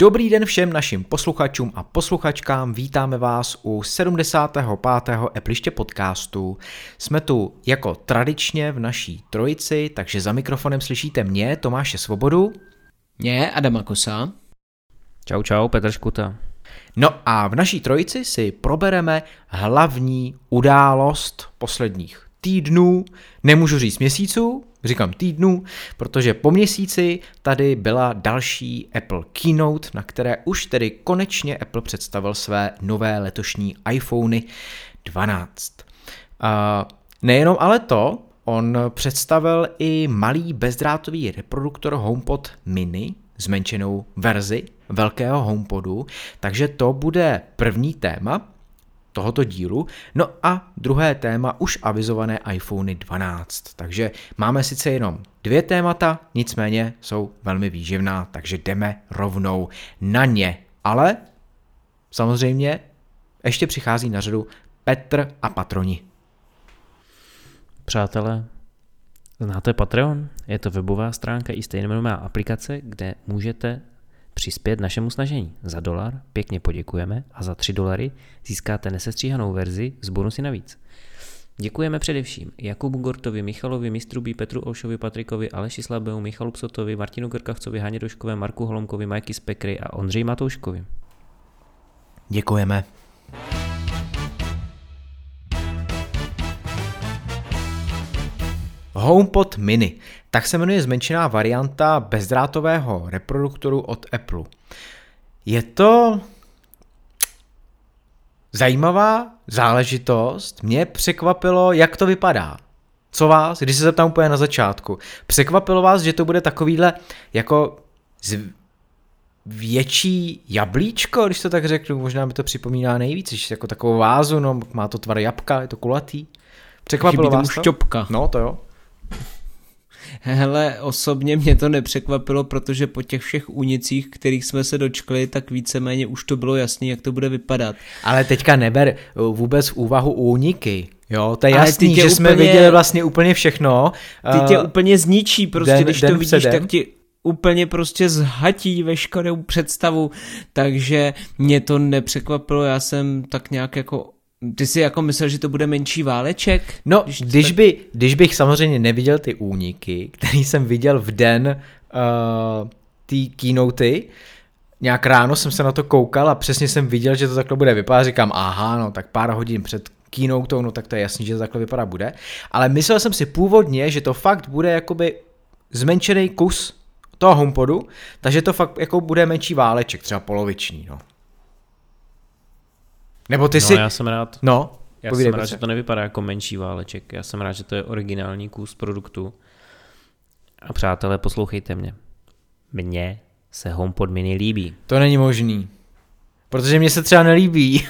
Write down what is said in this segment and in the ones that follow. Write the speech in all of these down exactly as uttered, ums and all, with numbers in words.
Dobrý den všem našim posluchačům a posluchačkám, vítáme vás u sedmdesátého pátého Appliště podcastu. Jsme tu jako tradičně v naší trojici, takže za mikrofonem slyšíte mě, Tomáše Svobodu. Mě, Adama Kosa. Čau, čau, Petr Škuta. No a v naší trojici si probereme hlavní událost posledních týdnů, nemůžu říct měsíců, říkám týdnů, protože po měsíci tady byla další Apple Keynote, na které už tedy konečně Apple představil své nové letošní iPhony dvanáct. Uh, nejenom ale to, on představil i malý bezdrátový reproduktor HomePod mini, zmenšenou verzi velkého HomePodu, takže to bude první téma tohoto dílu. No a druhé téma už avizované iPhony dvanáct. Takže máme sice jenom dvě témata, nicméně jsou velmi výživná, takže jdeme rovnou na ně. Ale samozřejmě ještě přichází na řadu Petr a patroni. Přátelé, znáte Patreon? Je to webová stránka i stejnojmenná aplikace, kde můžete přispět našemu snažení. Za dolar pěkně poděkujeme a za tři dolary získáte nesestříhanou verzi s bonusy navíc. Děkujeme především Jakubu Gortovi, Michalovi Mistrubí, Petru Olšovi, Patrikovi, Aleši Slabému, Michalu Psotovi, Martinu Krkavcovi, Haně Doškové, Marku Holomkovi, Majky Spekry a Ondřeji Matouškovi. Děkujeme. HomePod mini, tak se jmenuje zmenšená varianta bezdrátového reproduktoru od Apple. Je to zajímavá záležitost, mě překvapilo, jak to vypadá. Co vás, když se zeptám úplně na začátku, překvapilo vás, že to bude takovýhle jako z... větší jablíčko, když to tak řeknu, možná mi to připomíná nejvíc, že jako takovou vázu, no, má to tvar jabka, je to kulatý. Překvapilo Chybí vás tomu to? šťopka. No, to jo. Hele, osobně mě to nepřekvapilo, protože po těch všech únicích, kterých jsme se dočkali, tak víceméně už to bylo jasný, jak to bude vypadat. Ale teďka neber vůbec v úvahu úniky, jo, to je Ale jasný, tě že jsme úplně- viděli vlastně úplně všechno. Ty tě Uh, úplně zničí, prostě den- když den to vidíš, předem. tak ti úplně prostě zhatí veškerou představu, takže mě to nepřekvapilo, já jsem tak nějak jako... Ty jsi jako myslel, že to bude menší váleček? No, Když když, tak- by, když bych samozřejmě neviděl ty úniky, který jsem viděl v den uh, té keynoty, nějak ráno jsem se na to koukal a přesně jsem viděl, že to takhle bude vypadat, říkám, aha, no tak pár hodin před keynotou, no tak to je jasný, že to takhle vypadat bude, ale myslel jsem si původně, že to fakt bude jakoby zmenšený kus toho HomePodu, takže to fakt jako bude menší váleček, třeba poloviční, no. Nebo ty no, si... já jsem rád, No, já povídej, jsem rád, Petře. že to nevypadá jako menší váleček. Já jsem rád, že to je originální kus produktu. A přátelé, poslouchejte mě. Mně se HomePod mini líbí. To není možný. Protože mě se třeba nelíbí.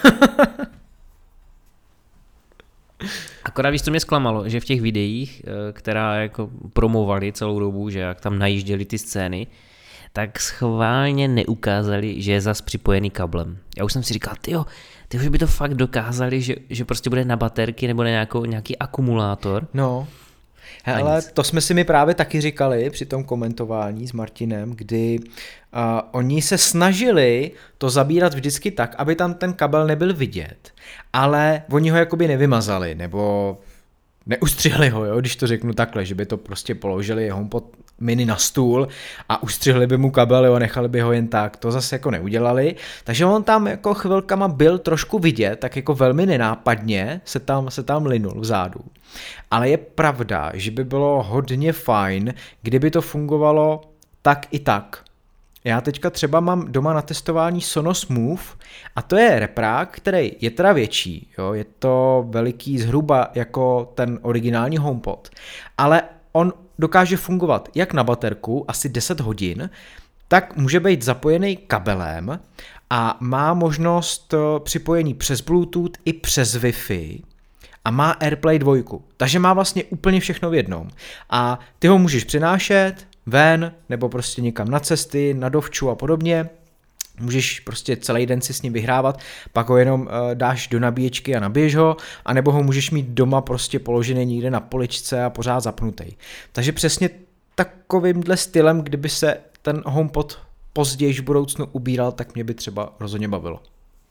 Akorát víš, co mě zklamalo, že v těch videích, eh, která jako promovali celou dobu, že jak tam najížděli ty scény, tak schválně neukázali, že je zas připojený kablem. Já už jsem si říkal, tyjo, ty už by to fakt dokázali, že, že prostě bude na baterky nebo na nějakou, nějaký akumulátor. No. Hele, to jsme si mi právě taky říkali při tom komentování s Martinem, kdy uh, oni se snažili to zabírat vždycky tak, aby tam ten kabel nebyl vidět, ale oni ho jakoby nevymazali, nebo neustřihli ho, jo, když to řeknu takhle, že by to prostě položili HomePod mini na stůl a ustřihli by mu kabel, jo, nechali by ho jen tak, to zase jako neudělali, takže on tam jako chvilkama byl trošku vidět, tak jako velmi nenápadně se tam, se tam linul vzadu. Ale je pravda, že by bylo hodně fajn, kdyby to fungovalo tak i tak. Já teďka třeba mám doma na testování Sonos Move a to je reprák, který je teda větší, jo? Je to veliký zhruba jako ten originální HomePod, ale on dokáže fungovat jak na baterku, asi deset hodin, tak může být zapojený kabelem a má možnost připojení přes Bluetooth i přes Wi-Fi a má AirPlay dva, takže má vlastně úplně všechno v jednom a ty ho můžeš přinášet ven, nebo prostě někam na cesty, na dovču a podobně. Můžeš prostě celý den si s ním vyhrávat, pak ho jenom uh, dáš do nabíječky a nabiješ ho, anebo ho můžeš mít doma prostě položený někde na poličce a pořád zapnutý. Takže přesně takovýmhle stylem, kdyby se ten HomePod později v budoucnu ubíral, tak mě by třeba rozhodně bavilo.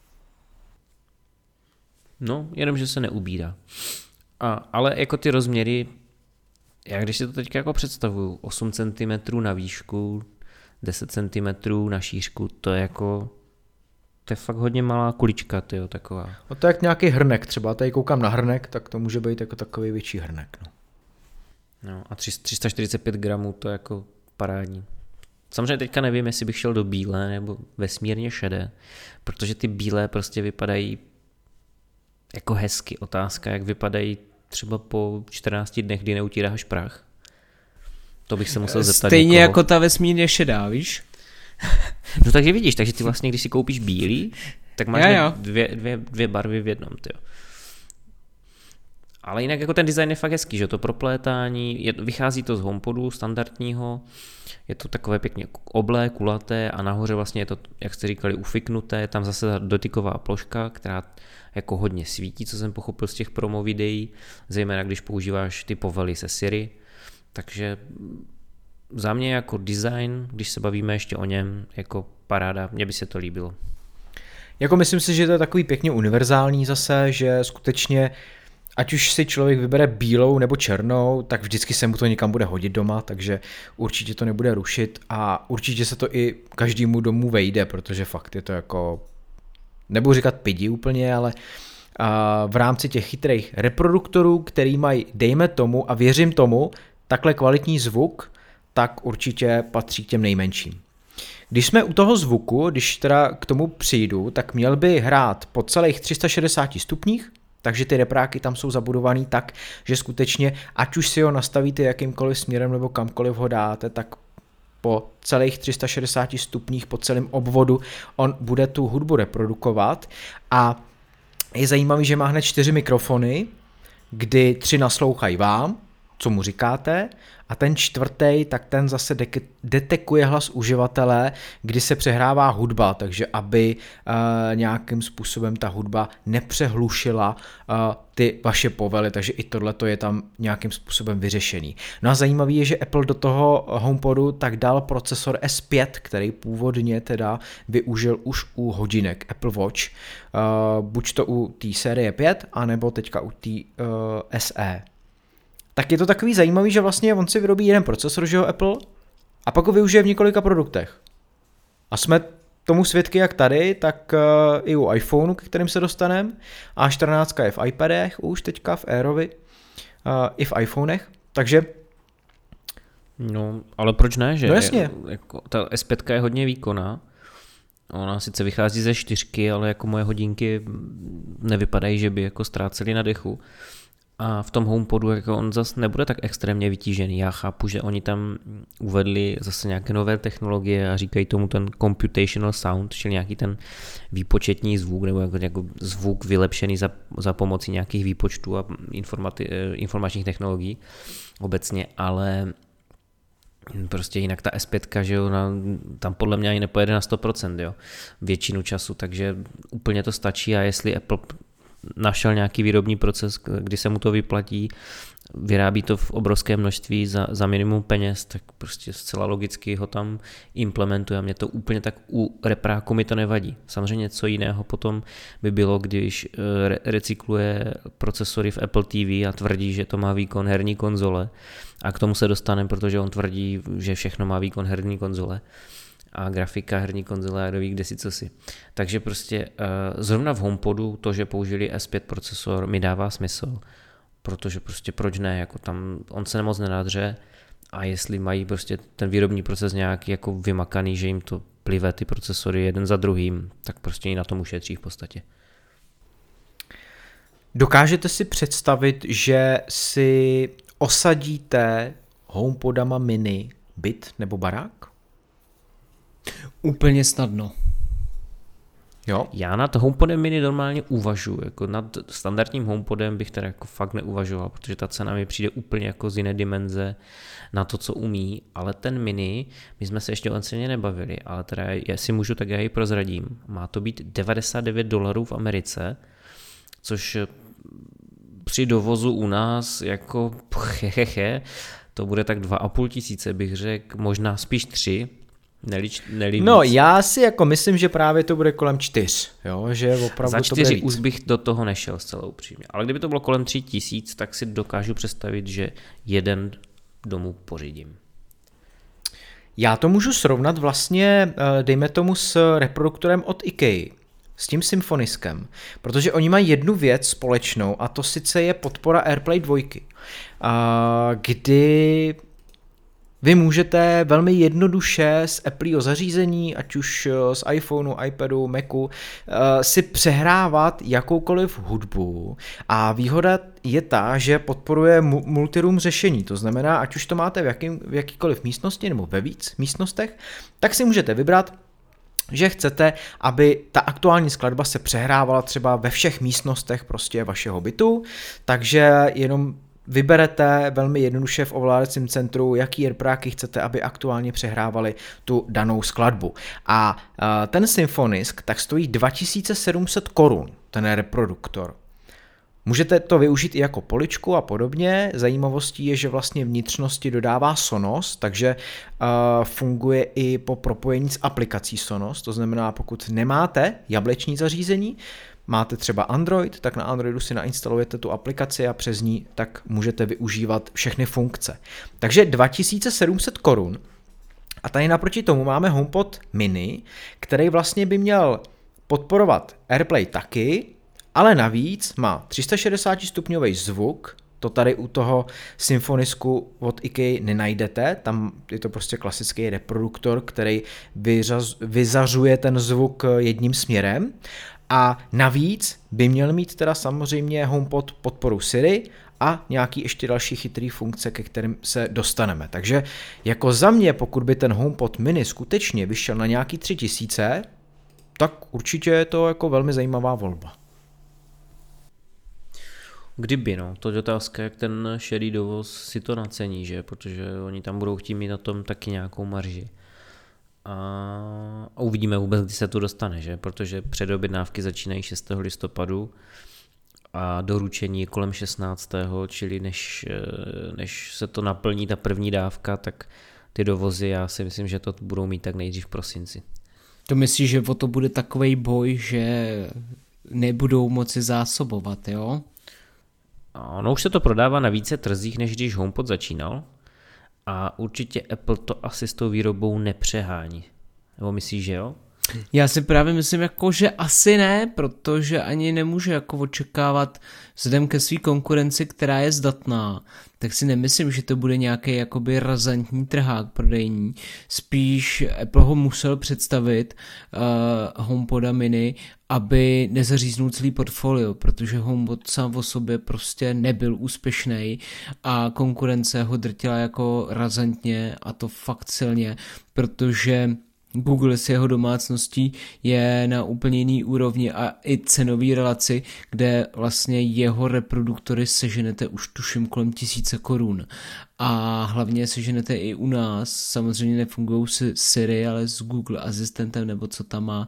No, jenom, že se neubírá. A, ale jako ty rozměry, já když si to teď jako představuju, osm centimetrů na výšku, deset centimetrů na šířku, to je jako, to je fakt hodně malá kulička, tyjo, taková. No to je jak nějaký hrnek třeba, tady koukám na hrnek, tak to může být jako takový větší hrnek. No, no a tři sta čtyřicet pět gramů, to je jako parádní. Samozřejmě teďka nevím, jestli bych šel do bílé nebo vesmírně šedé, protože ty bílé prostě vypadají jako hezky. Otázka, jak vypadají třeba po čtrnácti dnech, kdy neutíráš prach. To bych se musel zeptat Stejně někoho. jako ta vesmírně šedá, víš? No takže vidíš, takže ty vlastně, když si koupíš bílý, tak máš jo, jo. Dvě, dvě, dvě barvy v jednom, tyjo. Ale jinak jako ten design je fakt hezký, že to proplétání, je, vychází to z HomePodu standardního, je to takové pěkně oblé, kulaté a nahoře vlastně je to, jak jste říkali, ufiknuté, je tam zase dotyková ploška, která jako hodně svítí, co jsem pochopil z těch promo videí, zejména když používáš ty povely se Siri, takže za mě jako design, když se bavíme ještě o něm, jako paráda, mně by se to líbilo. Jako myslím si, že to je takový pěkně univerzální zase, že skutečně ať už si člověk vybere bílou nebo černou, tak vždycky se mu to někam bude hodit doma, takže určitě to nebude rušit a určitě se to i každému domu vejde, protože fakt je to jako, nebudu říkat pidi úplně, ale v rámci těch chytrých reproduktorů, který mají, dejme tomu a věřím tomu, takhle kvalitní zvuk, tak určitě patří k těm nejmenším. Když jsme u toho zvuku, když teda k tomu přijdu, tak měl by hrát po celých tři sta šedesát stupních, takže ty repráky tam jsou zabudovaný tak, že skutečně, ať už si ho nastavíte jakýmkoliv směrem nebo kamkoliv ho dáte, tak po celých tři sta šedesát stupních, po celém obvodu, on bude tu hudbu reprodukovat a je zajímavý, že má hned čtyři mikrofony, kdy tři naslouchají vám, co mu říkáte, a ten čtvrtý, tak ten zase de- detekuje hlas uživatele, kdy se přehrává hudba, takže aby uh, nějakým způsobem ta hudba nepřehlušila uh, ty vaše povely, takže i tohleto je tam nějakým způsobem vyřešený. No a zajímavý je, že Apple do toho HomePodu tak dal procesor S pět, který původně teda využil už u hodinek Apple Watch, uh, buď to u té série pět, anebo teďka u té uh, S E. Tak je to takový zajímavý, že vlastně on si vyrobí jeden procesor, že jo, Apple, a pak ho využije v několika produktech. A jsme tomu svědky jak tady, tak uh, i u iPhoneu, k kterým se dostaneme. A čtrnáct je v iPadech, už teďka v Airovi, uh, i v iPhonech, takže... No, ale proč ne, že? No jasně. Je, jako, ta S pět je hodně výkonná. Ona sice vychází ze čtyřky, ale jako moje hodinky nevypadají, že by jako ztráceli na dechu. A v tom HomePodu jako on zase nebude tak extrémně vytížený. Já chápu, že oni tam uvedli zase nějaké nové technologie a říkají tomu ten computational sound, čili nějaký ten výpočetní zvuk, nebo jako, jako zvuk vylepšený za, za pomocí nějakých výpočtů a informati- informačních technologií obecně, ale prostě jinak ta S pět, že jo, na, tam podle mě ani nepojede na sto procent, jo, většinu času, takže úplně to stačí a jestli Apple našel nějaký výrobní proces, kdy se mu to vyplatí, vyrábí to v obrovské množství za, za minimum peněz, tak prostě zcela logicky ho tam implementuje a mě to úplně tak u repráku mi to nevadí. Samozřejmě něco jiného potom by bylo, když re- recykluje procesory v Apple T V a tvrdí, že to má výkon herní konzole a k tomu se dostaneme, protože on tvrdí, že všechno má výkon herní konzole a grafika herní konzole a kdo ví kde si co si. Takže prostě uh, zrovna v HomePodu to, že použili S pět procesor, mi dává smysl, protože prostě proč ne, jako tam on se moc nenadře a jestli mají prostě ten výrobní proces nějaký jako vymakaný, že jim to plive ty procesory jeden za druhým, tak prostě i na tom ušetří v podstatě. Dokážete si představit, že si osadíte HomePodama mini byt nebo barák? Úplně snadno. Jo? Já nad HomePodem mini normálně uvažuji, jako nad standardním HomePodem bych teda jako fakt neuvažoval, protože ta cena mi přijde úplně jako z jiné dimenze na to, co umí, ale ten mini, my jsme se ještě o ceně nebavili, ale teda jestli můžu, tak já ji prozradím. Má to být devadesát devět dolarů v Americe, což při dovozu u nás jako hehehe, to bude tak dva a půl tisíce bych řekl, možná spíš tři, Nelíč, nelíč no já si jako myslím, že právě to bude kolem čtyř, jo, že opravdu za čtyři to bude víc. už bych do toho nešel zcela upřímně, ale kdyby to bylo kolem tři tisíc, tak si dokážu představit, že jeden domů pořídím. Já to můžu srovnat vlastně, dejme tomu, s reproduktorem od IKEA, s tím Symfoniskem, protože oni mají jednu věc společnou a to sice je podpora AirPlay dva, kdy vy můžete velmi jednoduše z Appleho zařízení, ať už z iPhoneu, iPadu, Macu, si přehrávat jakoukoliv hudbu a výhoda je ta, že podporuje multiroom řešení, to znamená, ať už to máte v, jaký, v jakýkoliv místnosti nebo ve víc místnostech, tak si můžete vybrat, že chcete, aby ta aktuální skladba se přehrávala třeba ve všech místnostech prostě vašeho bytu, takže jenom vyberete velmi jednoduše v ovládacím centru, jaký AirPráky chcete, aby aktuálně přehrávali tu danou skladbu. A ten Symfonisk tak stojí dva tisíce sedm set korun, ten reproduktor. Můžete to využít i jako poličku a podobně. Zajímavostí je, že vlastně vnitřnosti dodává Sonos, takže uh, funguje i po propojení s aplikací Sonos, to znamená, pokud nemáte jableční zařízení, máte třeba Android, tak na Androidu si nainstalujete tu aplikaci a přes ní tak můžete využívat všechny funkce. Takže dva tisíce sedm set korun. A tady naproti tomu máme HomePod mini, který vlastně by měl podporovat AirPlay taky, ale navíc má tři sta šedesát stupňový zvuk, to tady u toho Symfonisku od IKEA nenajdete, tam je to prostě klasický reproduktor, který vyřaz, vyzařuje ten zvuk jedním směrem. A navíc by měl mít teda samozřejmě HomePod podporu Siri a nějaký ještě další chytrý funkce, ke kterým se dostaneme. Takže jako za mě, pokud by ten HomePod mini skutečně vyšel na nějaký tři tisíce, tak určitě je to jako velmi zajímavá volba. Kdyby, no, to je otázka, jak ten šedý dovoz si to nacení, že, protože oni tam budou chtít mít na tom taky nějakou marži. A uvidíme vůbec, kdy se to dostane, že? Protože předobjednávky začínají šestého listopadu a doručení je kolem šestnáctého čili než, než se to naplní ta první dávka, tak ty dovozy já si myslím, že to budou mít tak nejdřív v prosinci. To myslíš, že o to bude takovej boj, že nebudou moci zásobovat, jo? Ono už se to prodává na více trzích, než když HomePod začínal. A určitě Apple to asi s tou výrobou nepřehání. Nebo myslíš, že jo? Já si právě myslím, jako, že asi ne, protože ani nemůže jako očekávat vzhledem ke své konkurenci, která je zdatná, tak si nemyslím, že to bude nějaký jakoby razantní trhák prodejní. Spíš Apple ho musel představit uh, HomePoda mini, aby nezaříznul celý portfolio, protože HomePod sám o sobě prostě nebyl úspěšný a konkurence ho drtila jako razantně a to fakt silně, protože Google s jeho domácností je na úplně jiný úrovni a i cenový relaci, kde vlastně jeho reproduktory seženete už tuším kolem tisíce korun. A hlavně seženete i u nás, samozřejmě nefungují s Siri, ale s Google asistentem nebo co tam má.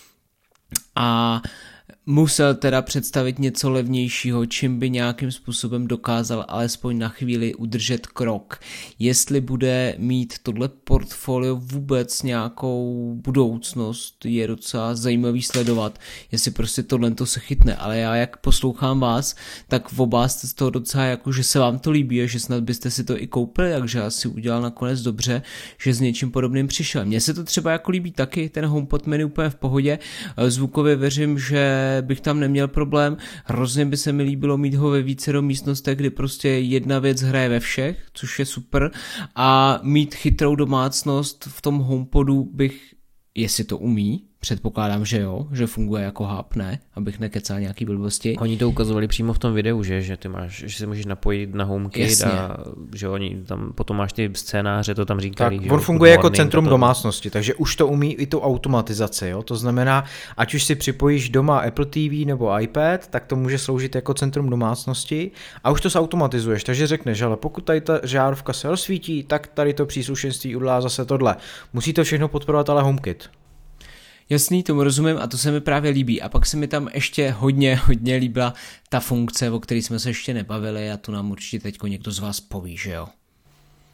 A musel teda představit něco levnějšího, čím by nějakým způsobem dokázal alespoň na chvíli udržet krok. Jestli bude mít tohle portfolio vůbec nějakou budoucnost, je docela zajímavý sledovat, jestli prostě tohle to se chytne, ale já jak poslouchám vás, tak v oba jste z toho docela jako, že se vám to líbí a že snad byste si to i koupili, takže já si udělal nakonec dobře, že s něčím podobným přišel. Mně se to třeba jako líbí taky, ten HomePod mini úplně v pohodě, zvukově věřím, že bych tam neměl problém, hrozně by se mi líbilo mít ho ve vícero místnostech, kdy prostě jedna věc hraje ve všech, což je super, a mít chytrou domácnost v tom HomePodu bych, jestli to umí, předpokládám, že jo, že funguje jako hub, ne, abych nekecal nějaký blbosti. Oni to ukazovali přímo v tom videu, že, že ty máš, že se můžeš napojit na HomeKit a že oni tam potom máš ty scénáře, to tam říkali. Tak že on funguje jako centrum domácnosti, takže už to umí i tu automatizaci, jo, to znamená, ať už si připojíš doma Apple T V nebo iPad, tak to může sloužit jako centrum domácnosti a už to zautomatizuješ, takže řekneš, ale pokud tady ta žárovka se rozsvítí, tak tady to příslušenství udělá zase tohle. Musí to všechno podporovat ale HomeKit. Jasný, tomu rozumím a to se mi právě líbí. A pak se mi tam ještě hodně, hodně líbila ta funkce, o které jsme se ještě nebavili a tu nám určitě teďko někdo z vás poví, že jo?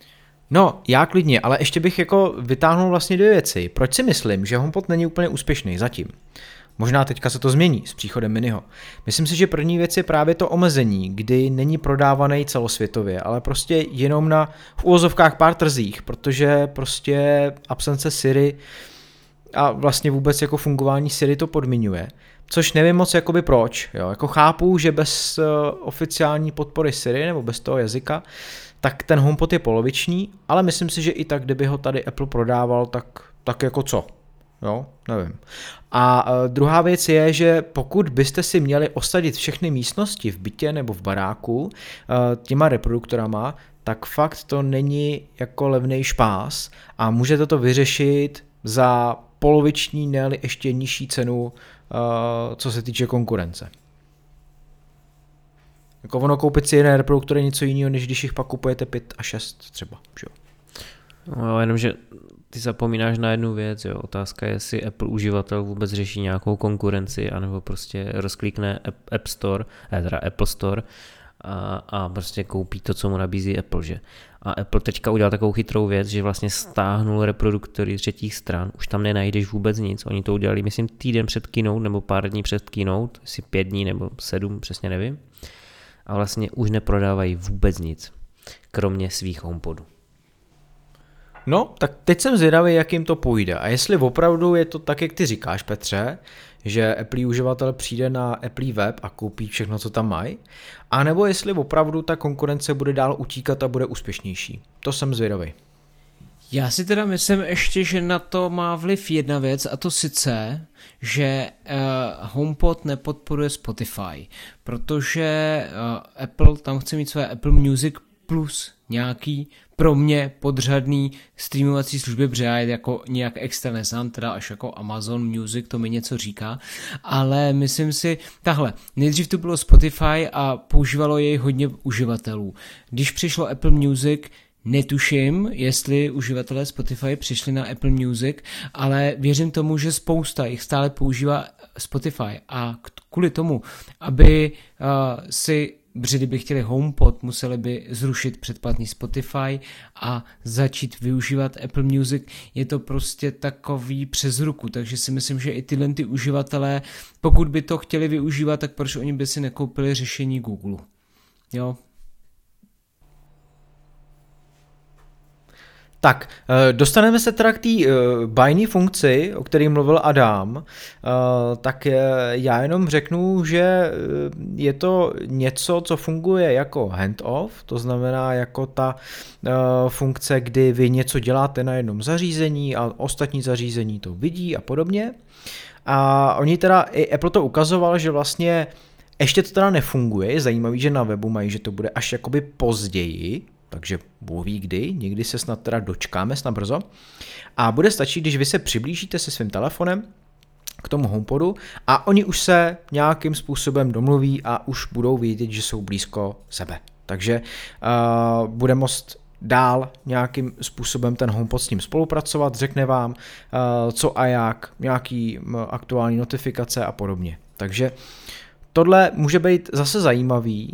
No, já klidně, ale ještě bych jako vytáhnul vlastně dvě věci. Proč si myslím, že HomePod není úplně úspěšný zatím? Možná teďka se to změní s příchodem Miniho. Myslím si, že první věc je právě to omezení, kdy není prodávaný celosvětově, ale prostě jenom na v uvozovkách pár trzích, protože prostě absence Siri a vlastně vůbec jako fungování Siri to podmiňuje. Což nevím moc jakoby proč. Jo. Jako chápu, že bez uh, oficiální podpory Siri nebo bez toho jazyka, tak ten HomePod je poloviční, ale myslím si, že i tak, kdyby ho tady Apple prodával, tak, tak jako co? Jo, nevím. A uh, druhá věc je, že pokud byste si měli osadit všechny místnosti v bytě nebo v baráku uh, těma reproduktorama, tak fakt to není jako levnej špás a můžete to vyřešit za poloviční, ne-li ještě nižší cenu, uh, co se týče konkurence. Jako ono koupit si jeden reproduktor je něco jiného, než když jich pak kupujete pět a šest třeba. Že jo? No, jenomže ty zapomínáš na jednu věc, jo. Otázka je, jestli Apple uživatel vůbec řeší nějakou konkurenci, anebo prostě rozklikne App Store, eh, teda Apple Store a, a prostě koupí to, co mu nabízí Apple, že? A Apple teďka udělal takovou chytrou věc, že vlastně stáhnul reproduktory z třetích stran, už tam nenajdeš vůbec nic, oni to udělali, myslím, týden před keynote, nebo pár dní před keynote, asi pět dní nebo sedm, přesně nevím. A vlastně už neprodávají vůbec nic, kromě svých HomePodů. No, tak teď jsem zvědavý, jak jim to půjde. A jestli opravdu je to tak, jak ty říkáš, Petře, že Apple uživatel přijde na Apple web a koupí všechno, co tam mají, anebo jestli opravdu ta konkurence bude dál utíkat a bude úspěšnější. To jsem zvědavý. Já si teda myslím ještě, že na to má vliv jedna věc, a to sice, že uh, HomePod nepodporuje Spotify, protože uh, Apple tam chce mít své Apple Music Plus, nějaký pro mě podřadný streamovací služby, protože já je jako nějak extra neznám, teda až jako Amazon Music, to mi něco říká, ale myslím si, tahle, nejdřív to bylo Spotify a používalo jej hodně uživatelů. Když přišlo Apple Music, netuším, jestli uživatelé Spotify přišli na Apple Music, ale věřím tomu, že spousta jich stále používá Spotify a kvůli tomu, aby uh, si protože kdyby chtěli HomePod, museli by zrušit předplatný Spotify a začít využívat Apple Music. Je to prostě takový přes ruku, takže si myslím, že i tyhle ty uživatelé, pokud by to chtěli využívat, tak proč oni by si nekoupili řešení Google. Jo. Tak, dostaneme se teda k té bajné funkci, o které mluvil Adam, tak já jenom řeknu, že je to něco, co funguje jako handoff, to znamená jako ta funkce, kdy vy něco děláte na jednom zařízení a ostatní zařízení to vidí a podobně. A oni teda, i Apple to ukazoval, že vlastně ještě to teda nefunguje, je zajímavý, že na webu mají, že to bude až jakoby později, takže Bůh ví kdy, někdy se snad teda dočkáme, snad brzo. A bude stačit, když vy se přiblížíte se svým telefonem k tomu HomePodu a oni už se nějakým způsobem domluví a už budou vědět, že jsou blízko sebe. Takže uh, bude moct dál nějakým způsobem ten HomePod s ním spolupracovat, řekne vám, uh, co a jak, nějaký um, aktuální notifikace a podobně. Takže tohle může být zase zajímavý.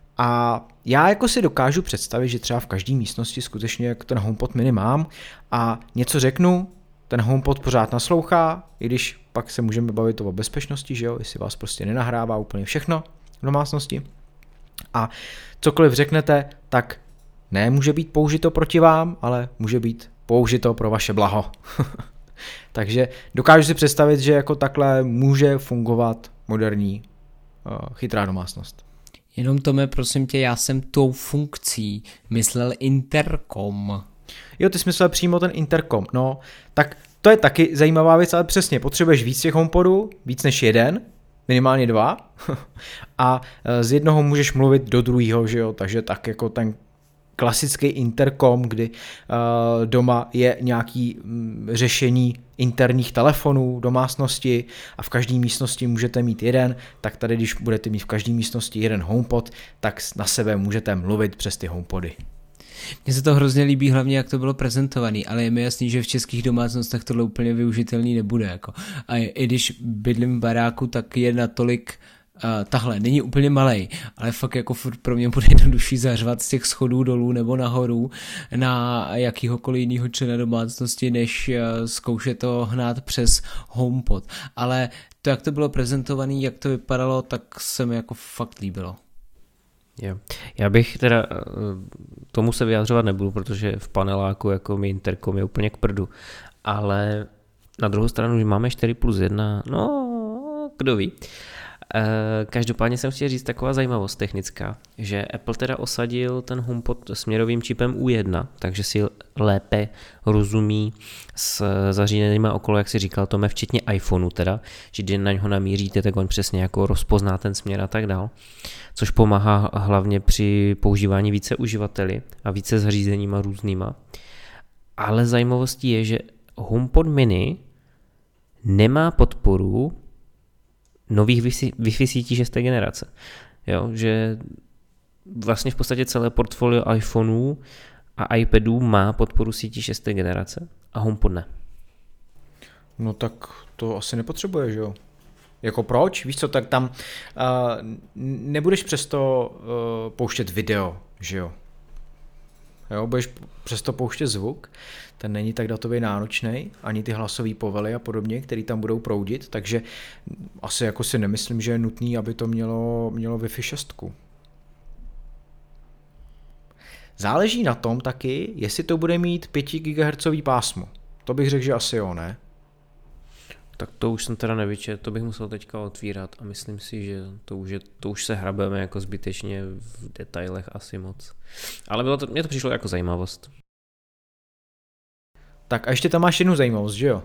A já jako si dokážu představit, že třeba v každé místnosti skutečně jak ten HomePod mini mám a něco řeknu, ten HomePod pořád naslouchá, i když pak se můžeme bavit o bezpečnosti, že jo, jestli vás prostě nenahrává úplně všechno v domácnosti. A cokoliv řeknete, tak ne může být použito proti vám, ale může být použito pro vaše blaho. Takže dokážu si představit, že jako takhle může fungovat moderní uh, chytrá domácnost. Jenom Tome, prosím tě, já jsem tou funkcí myslel interkom. Jo, ty jsi myslel přímo ten interkom, no, tak to je taky zajímavá věc, ale přesně, potřebuješ víc těch HomePodů, víc než jeden, minimálně dva, a z jednoho můžeš mluvit do druhého, že jo, takže tak jako ten klasický interkom, kdy uh, doma je nějaký um, řešení interních telefonů, domácnosti a v každé místnosti můžete mít jeden, tak tady, když budete mít v každé místnosti jeden HomePod, tak na sebe můžete mluvit přes ty HomePody. Mně se to hrozně líbí, hlavně jak to bylo prezentovaný, ale je mi jasný, že v českých domácnostech tohle úplně využitelný nebude. Jako. A i když bydlím v baráku, tak je natolik Uh, tahle není úplně malej, ale fakt jako furt pro mě bude jednodušší zařvat z těch schodů dolů nebo nahoru na jakýhokoliv jinýho člena domácnosti, než uh, zkoušet to hnát přes HomePod. Ale to, jak to bylo prezentované, jak to vypadalo, tak se mi jako fakt líbilo. Jo. Já bych teda, tomu se vyjádřovat nebudu, protože v paneláku jako mi interkom je úplně k prdu, ale na druhou stranu, že máme čtyři plus jedna, no, kdo ví. Každopádně jsem chtěl říct taková zajímavost technická, že Apple teda osadil ten HomePod směrovým čipem U jedna, takže si lépe rozumí s zařízeníma okolo, jak si říkal Tome, včetně iPhoneu teda, že když na něho namíříte, tak on přesně jako rozpozná ten směr a tak dál, což pomáhá hlavně při používání více uživateli a více zařízeníma různýma. Ale zajímavostí je, že HomePod mini nemá podporu nových Wi-Fi sítí šesté generace. Jo, že vlastně v podstatě celé portfolio iPhoneů a iPadů má podporu sítí šesté generace a HomePod ne. No tak to asi nepotřebuje, že jo? Jako proč? Víš co, tak tam uh, nebudeš přesto uh, pouštět video, že jo? Jo, budeš přesto pouštět zvuk, ten není tak datově náročný, ani ty hlasové povely a podobně, které tam budou proudit, takže asi jako si nemyslím, že je nutný, aby to mělo, mělo Wi-Fi šest. Záleží na tom taky, jestli to bude mít pět gigahertzový pásmo. To bych řekl, že asi jo, ne? Tak to už jsem teda nevyčet, to bych musel teďka otvírat a myslím si, že to už, je, to už se hrabeme jako zbytečně v detailech asi moc. Ale bylo to, mně to přišlo jako zajímavost. Tak a ještě tam máš jednu zajímavost, že jo?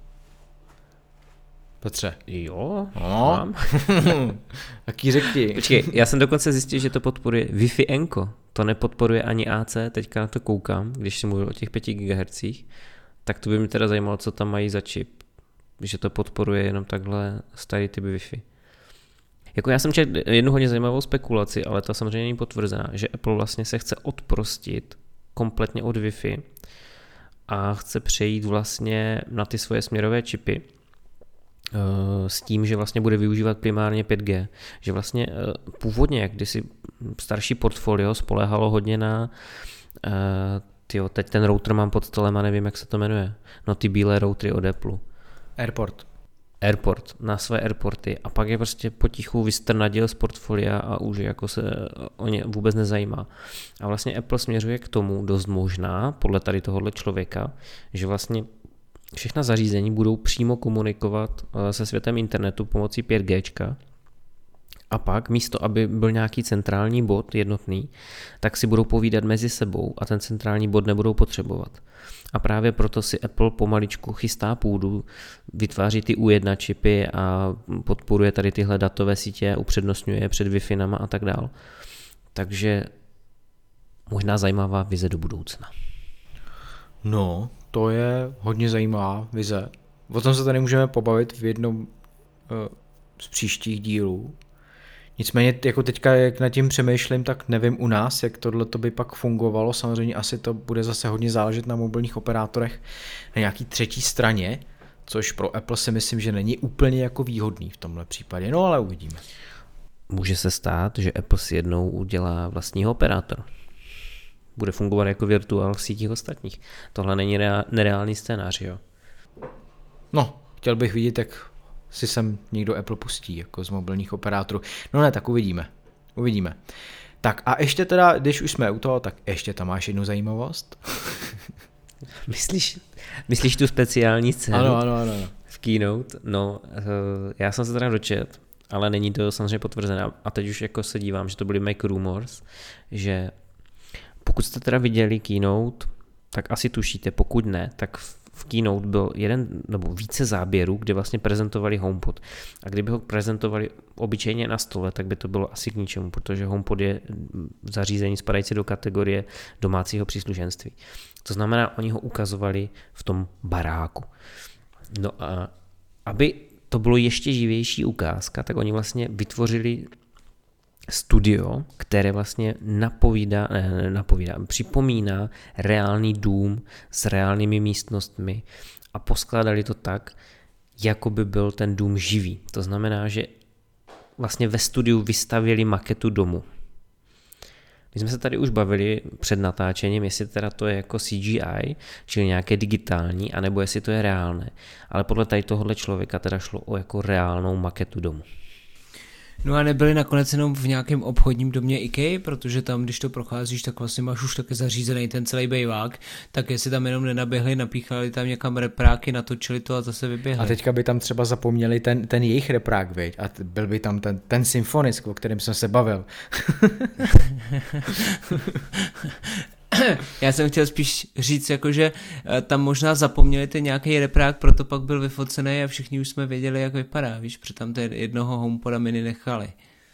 Petře. Jo, no. Mám. Taký řekni. Počkej, já jsem dokonce zjistil, že to podporuje Wi-Fi Enco. To nepodporuje ani A C, teďka na to koukám, když si mluvil o těch pěti gigahertzích. Tak to by mě teda zajímalo, co tam mají za čip. Že to podporuje jenom takhle starý typ Wi-Fi. Jako já jsem četl jednu hodně zajímavou spekulaci, ale ta samozřejmě není potvrzená, že Apple vlastně se chce odprostit kompletně od Wi-Fi a chce přejít vlastně na ty svoje směrové čipy s tím, že vlastně bude využívat primárně pět G. Že vlastně původně, jak kdysi starší portfolio spoléhalo hodně na tyjo, teď ten router mám pod stolem a nevím, jak se to jmenuje. No ty bílé routery od Apple. Airport. Airport, na své airporty a pak je prostě potichu vystrnadil z portfolia a už jako se o ně vůbec nezajímá. A vlastně Apple směřuje k tomu dost možná, podle tady tohohle člověka, že vlastně všechna zařízení budou přímo komunikovat se světem internetu pomocí pět G a pak místo, aby byl nějaký centrální bod jednotný, tak si budou povídat mezi sebou a ten centrální bod nebudou potřebovat. A právě proto si Apple pomaličku chystá půdu, vytváří ty U jedna čipy a podporuje tady tyhle datové sítě, upřednostňuje je před Wi-Fi a tak dál. Takže možná zajímavá vize do budoucna. No, to je hodně zajímavá vize. O tom se tady můžeme pobavit v jednom uh, z příštích dílů. Nicméně jako teďka, jak nad tím přemýšlím, tak nevím u nás, jak tohle to by pak fungovalo. Samozřejmě asi to bude zase hodně záležet na mobilních operátorech na nějaký třetí straně, což pro Apple si myslím, že není úplně jako výhodný v tomhle případě. No ale uvidíme. Může se stát, že Apple si jednou udělá vlastního operátora. Bude fungovat jako virtuál v sítích ostatních. Tohle není rea- nereálný scénář, jo? No, chtěl bych vidět, jak si sem někdo Apple pustí, jako z mobilních operátorů. No ne, tak uvidíme. Uvidíme. Tak a ještě teda, když už jsme u toho, tak ještě tam máš jednu zajímavost. Myslíš, myslíš tu speciální scénu? Ano, ano, ano. V Keynote? No, já jsem se teda dočet, ale není to samozřejmě potvrzené. A teď už jako se dívám, že to byly Mac Rumors, že pokud jste teda viděli Keynote, tak asi tušíte, pokud ne, tak v Keynote byl jeden nebo více záběrů, kde vlastně prezentovali HomePod. A kdyby ho prezentovali obyčejně na stole, tak by to bylo asi k ničemu, protože HomePod je zařízení spadající do kategorie domácího příslušenství. To znamená, oni ho ukazovali v tom baráku. No a aby to bylo ještě živější ukázka, tak oni vlastně vytvořili studio, které vlastně napovídá, ne, napovídá, připomíná reálný dům s reálnými místnostmi a poskládali to tak, jako by byl ten dům živý. To znamená, že vlastně ve studiu vystavěli maketu domu. My jsme se tady už bavili před natáčením, jestli teda to je jako C G I, čili nějaké digitální, anebo jestli to je reálné. Ale podle tady tohohle člověka teda šlo o jako reálnou maketu domu. No a nebyli nakonec jenom v nějakém obchodním domě IKEA, protože tam, když to procházíš, tak vlastně máš už taky zařízený ten celý bejvák, tak jestli tam jenom nenaběhli, napíchali tam někam repráky, natočili to a zase vyběhli. A teďka by tam třeba zapomněli ten, ten jejich reprák, viď? A byl by tam ten, ten symfonisk, o kterém jsem se bavil. Já jsem chtěl spíš říct, jakože tam možná zapomněli ten nějaký reprák, proto pak byl vyfocený a všichni už jsme věděli, jak vypadá, víš, protože tam ten jednoho HomePoda mini nechali.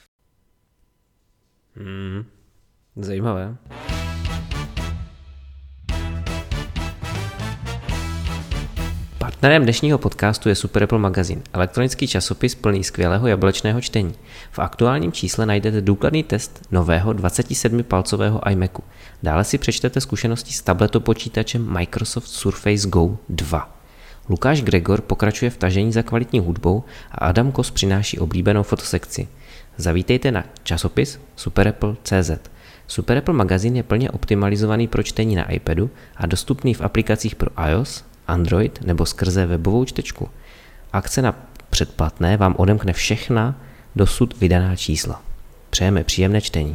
Hmm, zajímavé. Partnerem dnešního podcastu je Super Apple Magazine, elektronický časopis plný skvělého jablečného čtení. V aktuálním čísle najdete důkladný test nového dvacetisedmipalcového iMacu. Dále si přečtete zkušenosti s tabletopočítačem Microsoft Surface Go dva. Lukáš Gregor pokračuje v tažení za kvalitní hudbou a Adam Kos přináší oblíbenou fotosekci. Zavítejte na časopis superapple tečka cé zet. Super Apple Magazine je plně optimalizovaný pro čtení na iPadu a dostupný v aplikacích pro iOS, Android nebo skrze webovou čtečku. Akce na předplatné vám odemkne všechna dosud vydaná čísla. Přejeme příjemné čtení.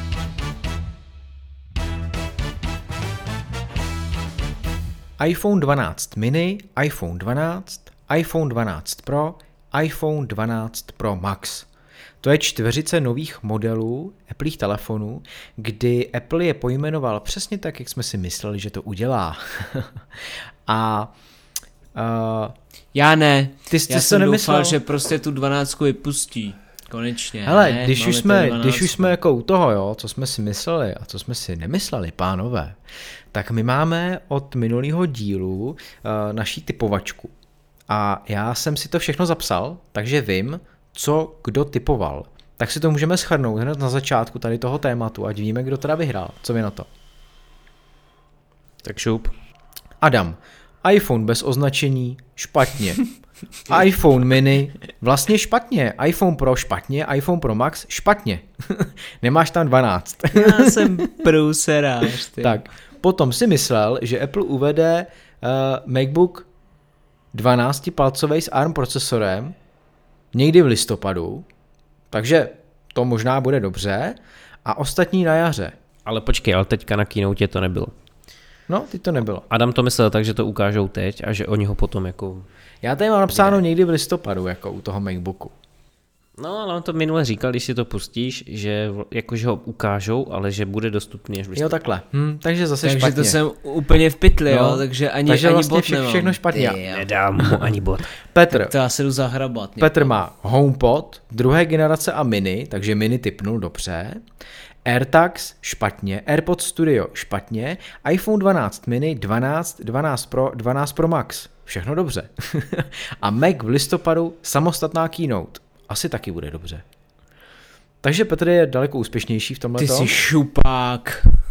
iPhone dvanáct mini, iPhone dvanáct, iPhone dvanáct Pro, iPhone dvanáct Pro Max. To je čtveřice nových modelů Appleích telefonů, kdy Apple je pojmenoval přesně tak, jak jsme si mysleli, že to udělá. A uh, já ne, ty jsi já to jsem nemyslel, doufal, že prostě tu dvanáctku vypustí. Konečně. Hele, ne, když, už jsme, když už jsme jako u toho, jo, co jsme si mysleli a co jsme si nemysleli, pánové, tak my máme od minulého dílu uh, naší typovačku. A já jsem si to všechno zapsal, takže vím, co kdo typoval. Tak si to můžeme shrnout hned na začátku tady toho tématu, ať víme, kdo teda vyhrál. Co vy na to? Tak šup. Adam, iPhone bez označení, špatně. iPhone mini, vlastně špatně. iPhone Pro špatně, iPhone Pro Max špatně. Nemáš tam dvanáct. Já jsem průserář. Tak, potom si myslel, že Apple uvede uh, MacBook dvanáctipalcový s ARM procesorem někdy v listopadu, takže to možná bude dobře, a ostatní na jaře. Ale počkej, ale teďka na keynote to nebylo. No, teď to nebylo. Adam to myslel tak, že to ukážou teď a že oni ho potom jako... Já tady mám napsáno někdy v listopadu, jako u toho MacBooku. No, ale on to minule říkal, když si to pustíš, že jakože ho ukážou, ale že bude dostupný až v listopadu. Jo, takhle. Hm, takže zase takže špatně. Takže to jsem úplně v pytli, no, jo, takže ani, takže ani vlastně bot vše, nemám. všechno špatně. Nedám mu ani bot. Petr. To já se jdu zahrabat. Petr má HomePod, druhé generace a mini, takže mini tipnul dobře. AirTags špatně, AirPods Studio špatně, iPhone dvanáct mini, dvanáct, dvanáct Pro, dvanáct Pro Max. Všechno dobře. A Mac v listopadu, samostatná keynote. Asi taky bude dobře. Takže Petr je daleko úspěšnější v tomhle. Ty jsi šupák. Uh,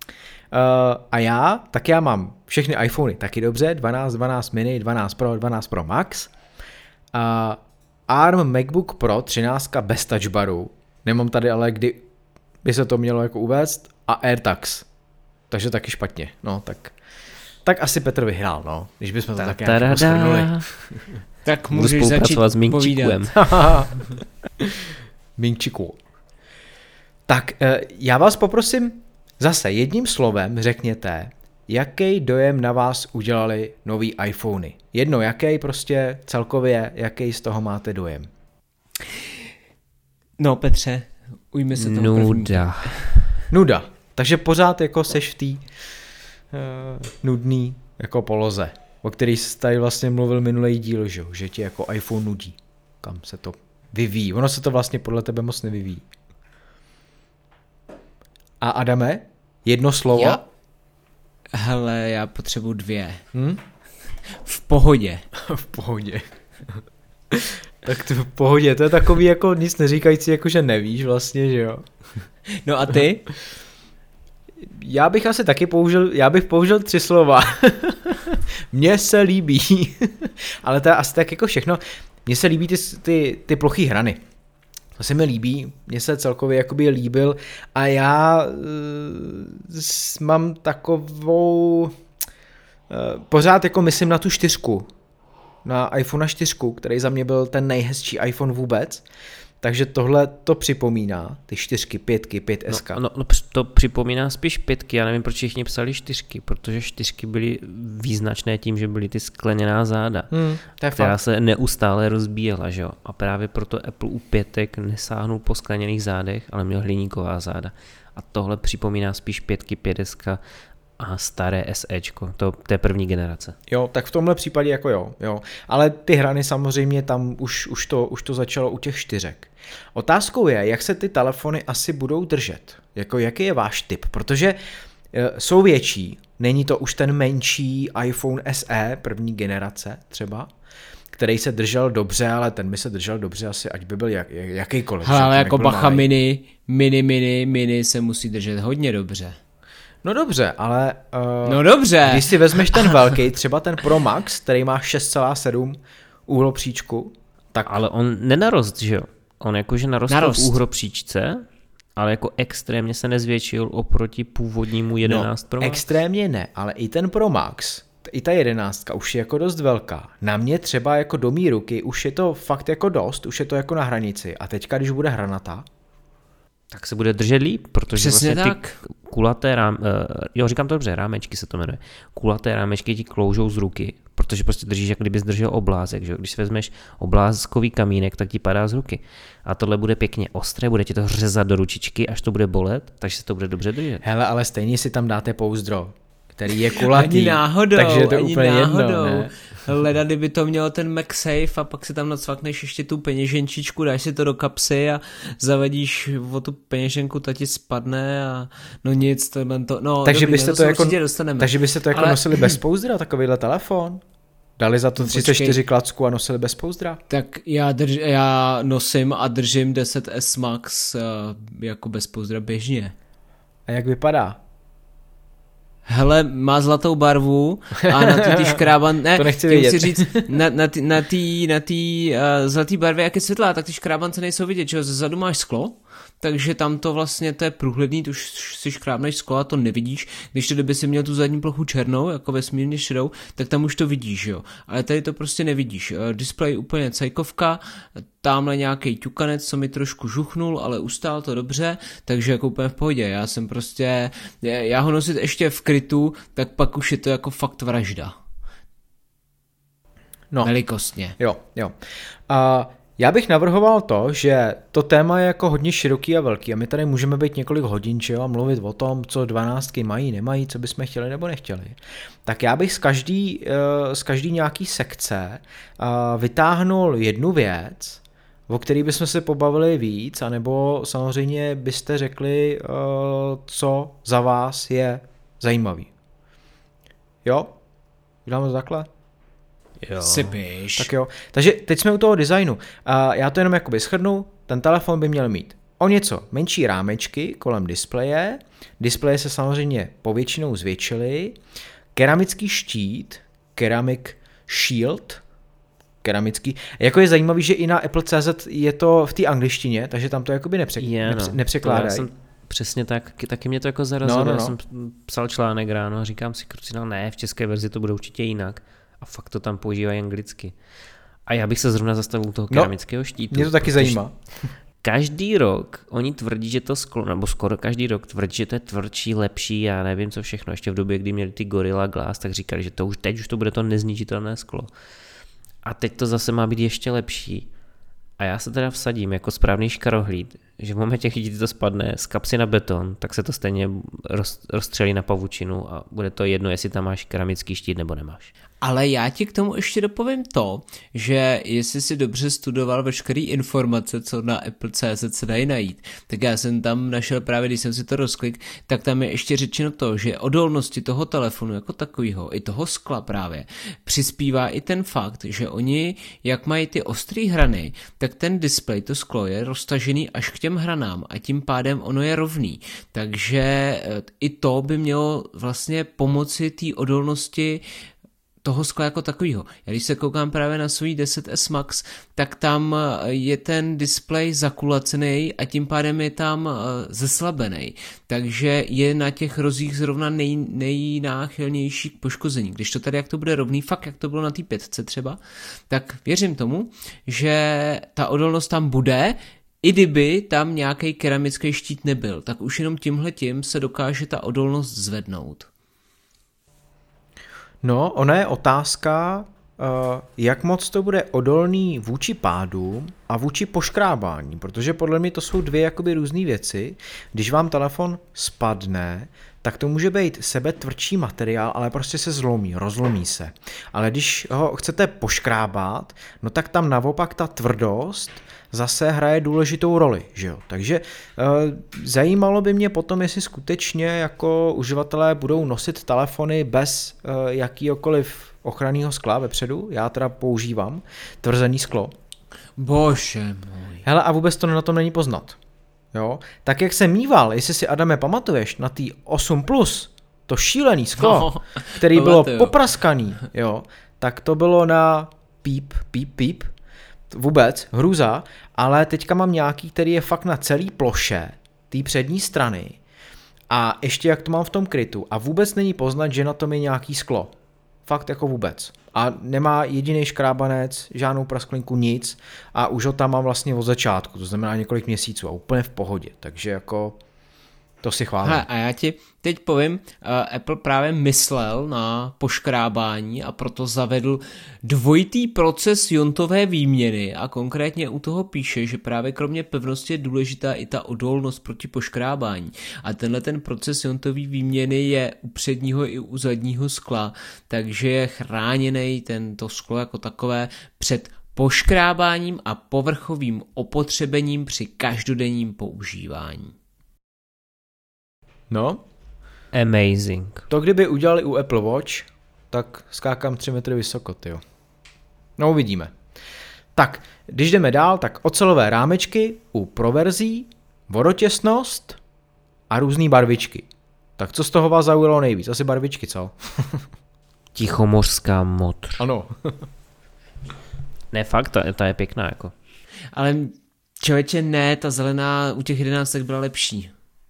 a já, tak já mám všechny iPhony taky dobře, dvanáct, dvanáct mini, dvanáct Pro, dvanáct Pro Max. Uh, ARM MacBook Pro třináct bez touch baru. Nemám tady ale kdy by se to mělo jako uvést, a AirTags. Takže taky špatně. No, tak, tak asi Petr vyhrál, no, když bychom to tak nějak shrnuli. Tak můžeš začít s Mingčíkem. Mingčiku. Tak já vás poprosím zase jedním slovem řekněte, jaký dojem na vás udělali nový iPhony. Jedno jaký, prostě celkově, jaký z toho máte dojem. No Petře, ujmi se toho Nuda. první. Nuda. Takže pořád jako seš v té uh, nudný jako poloze, o který jsi tady vlastně mluvil minulý díl, že, že ti jako iPhone nudí. Kam se to vyvíjí. Ono se to vlastně podle tebe moc nevyvíjí. A Adame, jedno slovo? Já? Hele, já potřebuji dvě. Hm? V pohodě. V pohodě. Tak to v pohodě, to je takový jako nic neříkající, jako že nevíš vlastně, že jo. No a ty? Já bych asi taky použil, já bych použil tři slova. Mně se líbí. Ale to je asi tak jako všechno. Mně se líbí ty, ty, ty plochý hrany. se mi líbí, mně se celkově jakoby líbil a já uh, mám takovou, uh, pořád jako myslím na tu čtyřku, na iPhone čtyři, který za mě byl ten nejhezčí iPhone vůbec, takže tohle to připomíná, ty čtyřky, pětky, pět S. No, no, no to připomíná spíš pětky, já nevím, proč všichni psali čtyřky, protože čtyřky byly význačné tím, že byly ty skleněná záda, hmm, která fakt se neustále rozbíjela, že jo, a právě proto Apple u pětek nesáhnul po skleněných zádech, ale měl hliníková záda. A tohle připomíná spíš pětky, pět S a staré SEčko, to té první generace. Jo, tak v tomhle případě jako jo, jo. Ale ty hrany samozřejmě tam už, už, to, už to začalo u těch čtyřek. Otázkou je, jak se ty telefony asi budou držet. Jako jaký je váš tip? Protože e, jsou větší, není to už ten menší iPhone S E první generace třeba, který se držel dobře, ale ten by se držel dobře asi, ať by byl jak, jakýkoliv. Hele, ale jako bacha mini, mini, mini, mini se musí držet hodně dobře. No dobře, ale uh, no dobře. Když si vezmeš ten velký, třeba ten Pro Max, který má šest celá sedm úhlopříčku, tak... Ale on nenarost, že jo? On jakože narostl Narost. v úhlopříčce, ale jako extrémně se nezvětšil oproti původnímu jedenáct no, Pro Max. Extrémně ne, ale i ten Pro Max, i ta jedenáctka už je jako dost velká. Na mě třeba jako do mý ruky už je to fakt jako dost, už je to jako na hranici. A teďka, když bude hranatá, tak se bude držet líp, protože přesně vlastně tak. ty kulaté rám, uh, jo, říkám to dobře, rámečky se to jmenuje. Kulaté rámečky ti kloužou z ruky, protože prostě držíš, jako kdybys držel oblázek, že? Když si vezmeš oblázkový kamínek, tak ti padá z ruky. A tohle bude pěkně ostré, bude ti to řezat do ručičky, až to bude bolet, takže se to bude dobře držet. Hele, ale stejně si tam dáte pouzdro, který je kulatý. Ani náhodou, takže je to ani úplně náhodou. jedno, ne? Leda, kdyby to mělo ten MagSafe a pak si tam nacvakneš ještě tu peněženčičku, dáš si to do kapsy a zavadíš o tu peněženku, ta ti spadne a no nic, tohle to, no takže dobrý, byste to to jako, dostaneme. takže byste to jako ale... nosili bez pouzdra, takovýhle telefon? Dali za to třicet čtyři klacku a nosili bez pouzdra? Tak já, drž, já nosím a držím deset S Max uh, jako bez pouzdra běžně. A jak vypadá? Hele, má zlatou barvu a na ty, ty škrában... Ne, to nechci vědět. Si říct, na, na ty, na ty, na ty uh, zlatý barvě, jak je světlá, tak ty škrábance nejsou vidět, že zezadu máš sklo, takže tam to vlastně, to je průhledný, tu si škrábneš sklo a to nevidíš, když to kdyby si měl tu zadní plochu černou, jako vesmírně šedou, tak tam už to vidíš, jo, ale tady to prostě nevidíš. Uh, displej úplně cajkovka, tamhle nějaký ťukanec, co mi trošku žuchnul, ale ustál to dobře, takže jako úplně v pohodě. Já jsem prostě, já ho nosit ještě v krytu, tak pak už je to jako fakt vražda. No. Velikostně. Jo, jo. A já bych navrhoval to, že to téma je jako hodně široký a velký a my tady můžeme být několik hodin, či jo, a mluvit o tom, co dvanáctky mají, nemají, co bychom chtěli nebo nechtěli. Tak já bych z každý, z každý nějaký sekce vytáhnul jednu věc, o který bychom se pobavili víc, anebo samozřejmě byste řekli, co za vás je zajímavý. Jo? Děláme to takhle? Jo. Sypiš. Tak jo. Takže teď jsme u toho designu. A já to jenom jakoby shrnu. Ten telefon by měl mít o něco menší rámečky kolem displeje. Displeje se samozřejmě povětšinou zvětšily. Keramický štít, Ceramic Shield, keramický. Jako je zajímavý, že i na Apple tečka cé zet je to v té angličtině, takže tam to jakoby nepře- je, no. nepře- nepřekládají. Přesně tak, taky mě to jako zarazilo, no, no, no. já jsem psal článek ráno a říkám si, kruci, no ne, v české verzi to bude určitě jinak a fakt to tam používají anglicky. A já bych se zrovna zastavil u toho keramického štítu. Mě to taky zajímá. Každý rok oni tvrdí, že to sklo, nebo skoro každý rok tvrdí, že to je tvrdší, lepší, já nevím co všechno. Ještě v době, kdy měli ty Gorilla Glass, tak říkali, že to už teď už to bude to nezničitelné sklo. A teď to zase má být ještě lepší. A já se teda vsadím jako správný škarohlíd, že v momentě, kdy ti to spadne z kapsy na beton, tak se to stejně roz, rozstřelí na pavučinu a bude to jedno, jestli tam máš keramický štít nebo nemáš. Ale já ti k tomu ještě dopovím to, že jestli si dobře studoval veškeré informace, co na Apple tečka cé zet se dají najít, tak já jsem tam našel právě, když jsem si to rozklik, tak tam je ještě řečeno to, že odolnosti toho telefonu jako takového, i toho skla právě, přispívá i ten fakt, že oni, jak mají ty ostrý hrany, tak ten displej, to sklo je roztažený až k těm hranám a tím pádem ono je rovný. Takže i to by mělo vlastně pomoci té odolnosti toho skla jako takovýho. Já když se koukám právě na svůj deset S Max, tak tam je ten displej zakulacený a tím pádem je tam zeslabený. Takže je na těch rozích zrovna nej, nejnáchylnější k poškození. Když to tady, jak to bude rovný, fakt jak to bylo na té pětce třeba, tak věřím tomu, že ta odolnost tam bude, i kdyby tam nějaký keramický štít nebyl, tak už jenom tímhletím se dokáže ta odolnost zvednout. No, ona je otázka, jak moc to bude odolný vůči pádu a vůči poškrábání, protože podle mě to jsou dvě jakoby různé věci. Když vám telefon spadne, tak to může být sebetvrdší materiál, ale prostě se zlomí, rozlomí se. Ale když ho chcete poškrábat, no tak tam naopak ta tvrdost zase hraje důležitou roli, že jo. Takže e, zajímalo by mě potom, jestli skutečně jako uživatelé budou nosit telefony bez e, jakýhokoliv ochranného skla vepředu. Já teda používám tvrzený sklo. Bože můj. Hele, a vůbec to na tom není poznat. Jo? Tak jak jsem mýval, jestli si, Adame, pamatuješ, na tý osm plus, to šílený sklo, no, který bylo popraskaný, jo, tak to bylo na píp, píp, píp, vůbec, hrůza, ale teďka mám nějaký, který je fakt na celý ploše té přední strany a ještě jak to mám v tom krytu a vůbec není poznat, že na tom je nějaký sklo. Fakt jako vůbec. A nemá jediný škrábanec, žádnou prasklinku, nic a už ho tam mám vlastně od začátku, to znamená několik měsíců a úplně v pohodě, takže jako to si chválím. A já ti teď povím, uh, Apple právě myslel na poškrábání a proto zavedl dvojitý proces iontové výměny a konkrétně u toho píše, že právě kromě pevnosti je důležitá i ta odolnost proti poškrábání. A tenhle ten proces iontové výměny je u předního i u zadního skla, takže je chráněný tento sklo jako takové před poškrábáním a povrchovým opotřebením při každodenním používání. No. Amazing. To kdyby udělali u Apple Watch, tak skákám tři metry vysoko, tyjo. No uvidíme. Tak, když jdeme dál, tak ocelové rámečky u proverzí, vodotěsnost a různé barvičky. Tak co z toho vás zaujalo nejvíc? Asi barvičky, co? Tichomořská modř. Ano. Ne, fakt, ta, ta je pěkná, jako. Ale člověče, ne, ta zelená u těch jedenáctek byla lepší.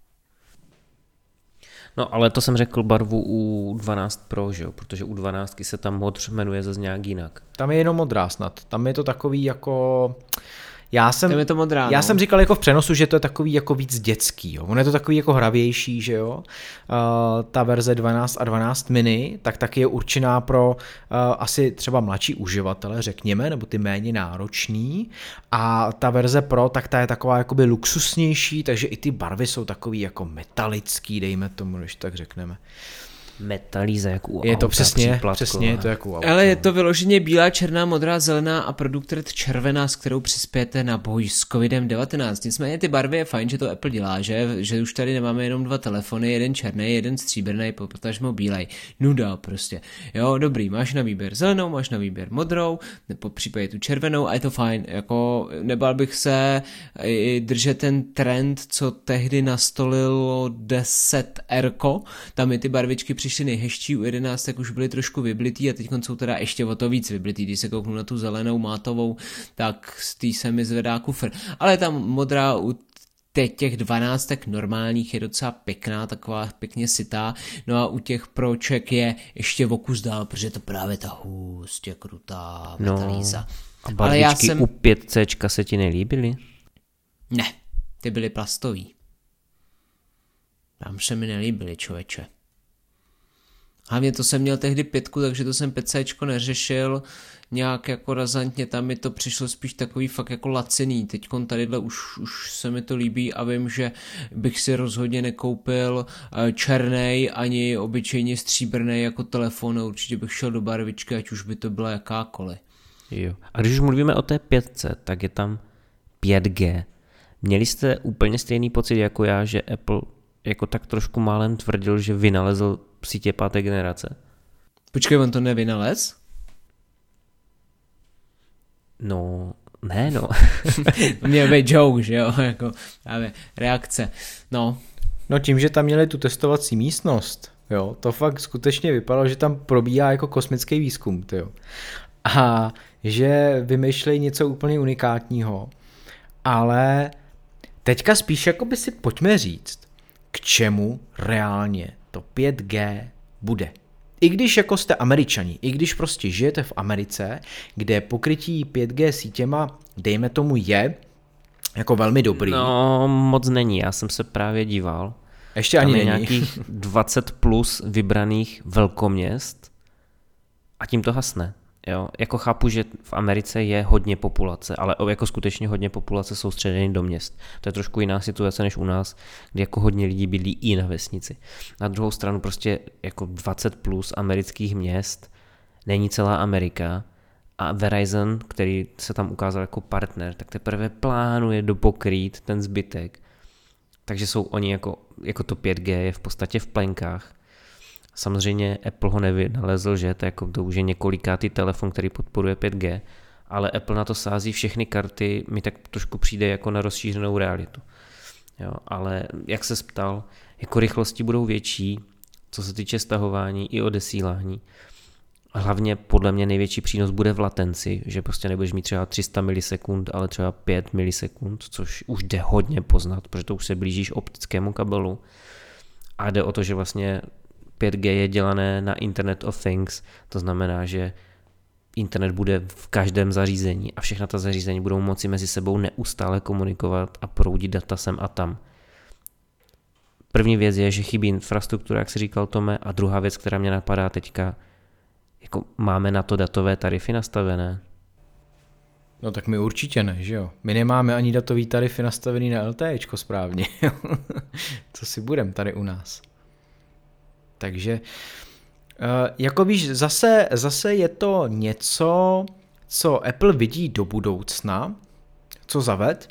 No, ale to jsem řekl barvu u dvanáct Pro, že jo, protože u dvanáctky se tam modř jmenuje zase nějak jinak. Tam je jenom modrá snad, tam je to takový jako... Já jsem, tam je to modrá, já no. jsem říkal jako v přenosu, že to je takový jako víc dětský, jo. On je to takový jako hravější, že jo. Uh, ta verze dvanáct a dvanáct mini, tak taky je určená pro uh, asi třeba mladší uživatele, řekněme, nebo ty méně náročný. A ta verze Pro, tak ta je taková jakoby luxusnější, takže i ty barvy jsou takový jako metalický, dejme tomu, když tak řekneme. Metalíza, jak u je auta, to přesně, příplatková. přesně je to jako u auta. Ale je to vyloženě bílá, černá, modrá, zelená a produkt červená, s kterou přispějete na boj s kovidem devatenáct. Nicméně ty barvy je fajn, že to Apple dělá, že, že už tady nemáme jenom dva telefony, jeden černý, jeden stříbrný, potažmo bílej. Nuda prostě. Jo, dobrý, máš na výběr zelenou, máš na výběr modrou, po případě tu červenou a je to fajn. Jako nebál bych se držet ten trend, co tehdy nastolilo deset R, tam mi ty barvičky přišly nejhezčí, u jedenáctek už byly trošku vyblitý a teď jsou teda ještě o to víc vyblitý. Když se kouknu na tu zelenou mátovou, tak z tý se mi zvedá kufr. Ale tam modrá u teď těch dvanáctek normálních je docela pěkná, taková pěkně sytá, no a u těch Proček je ještě o kus dál, protože to právě ta hustě krutá metalíza. No, a barvičky jsem... u pět C se ti nelíbily? Ne, ty byly plastový. Tam se mi nelíbily, člověče. Hlavně to jsem měl tehdy pětku, takže to jsem pecéčko neřešil nějak jako razantně, tam mi to přišlo spíš takový fakt jako laciný, teďkon tadyhle už, už se mi to líbí a vím, že bych si rozhodně nekoupil černej ani obyčejně stříbrnej jako telefon, určitě bych šel do barvičky, ať už by to byla jakákoliv. Jo. A když už mluvíme o té pětce, tak je tam pět G. Měli jste úplně stejný pocit jako já, že Apple jako tak trošku málem tvrdil, že vynalezl sítě páté generace? Počkej, on to nevynalez? No, ne no. Měl být joke, že jo, jako právě reakce. No. No tím, že tam měli tu testovací místnost, jo, to fakt skutečně vypadalo, že tam probíhá jako kosmický výzkum, tyjo. A že vymýšlejí něco úplně unikátního, ale teďka spíš jako by si pojďme říct, k čemu reálně to pět G bude. I když jako jste Američani, i když prostě žijete v Americe, kde pokrytí pět G sítěma, dejme tomu, je jako velmi dobrý. No, moc není, já jsem se právě díval. Ještě ani není. Nějakých dvacet plus vybraných velkoměst a tím to hasne. Jo? Jako chápu, že v Americe je hodně populace, ale jako skutečně hodně populace soustředěný do měst. To je trošku jiná situace než u nás, kde jako hodně lidí bydlí i na vesnici. Na druhou stranu prostě jako dvacet plus amerických měst není celá Amerika a Verizon, který se tam ukázal jako partner, tak teprve plánuje dopokrýt ten zbytek. Takže jsou oni jako, jako to pět G je v podstatě v plenkách. Samozřejmě Apple ho nevynalezl, že to, jako to už je několikátý telefon, který podporuje pět G, ale Apple na to sází všechny karty, mi tak trošku přijde jako na rozšířenou realitu. Jo, ale jak se ptal, jako rychlosti budou větší, co se týče stahování i odesílání. Hlavně podle mě největší přínos bude v latenci, že prostě nebudeš mít třeba tři sta milisekund, ale třeba pět milisekund, což už jde hodně poznat, protože to už se blížíš optickému kabelu. A jde o to, že vlastně pět G je dělané na Internet of Things, to znamená, že internet bude v každém zařízení a všechna ta zařízení budou moci mezi sebou neustále komunikovat a proudit data sem a tam. První věc je, že chybí infrastruktura, jak si říkal Tome, a druhá věc, která mě napadá teďka, jako máme na to datové tarify nastavené? No tak my určitě ne, že jo. My nemáme ani datový tarify nastavený na LTEčko správně. Co si budem tady u nás. Takže, jako víš, zase, zase je to něco, co Apple vidí do budoucna, co zaved,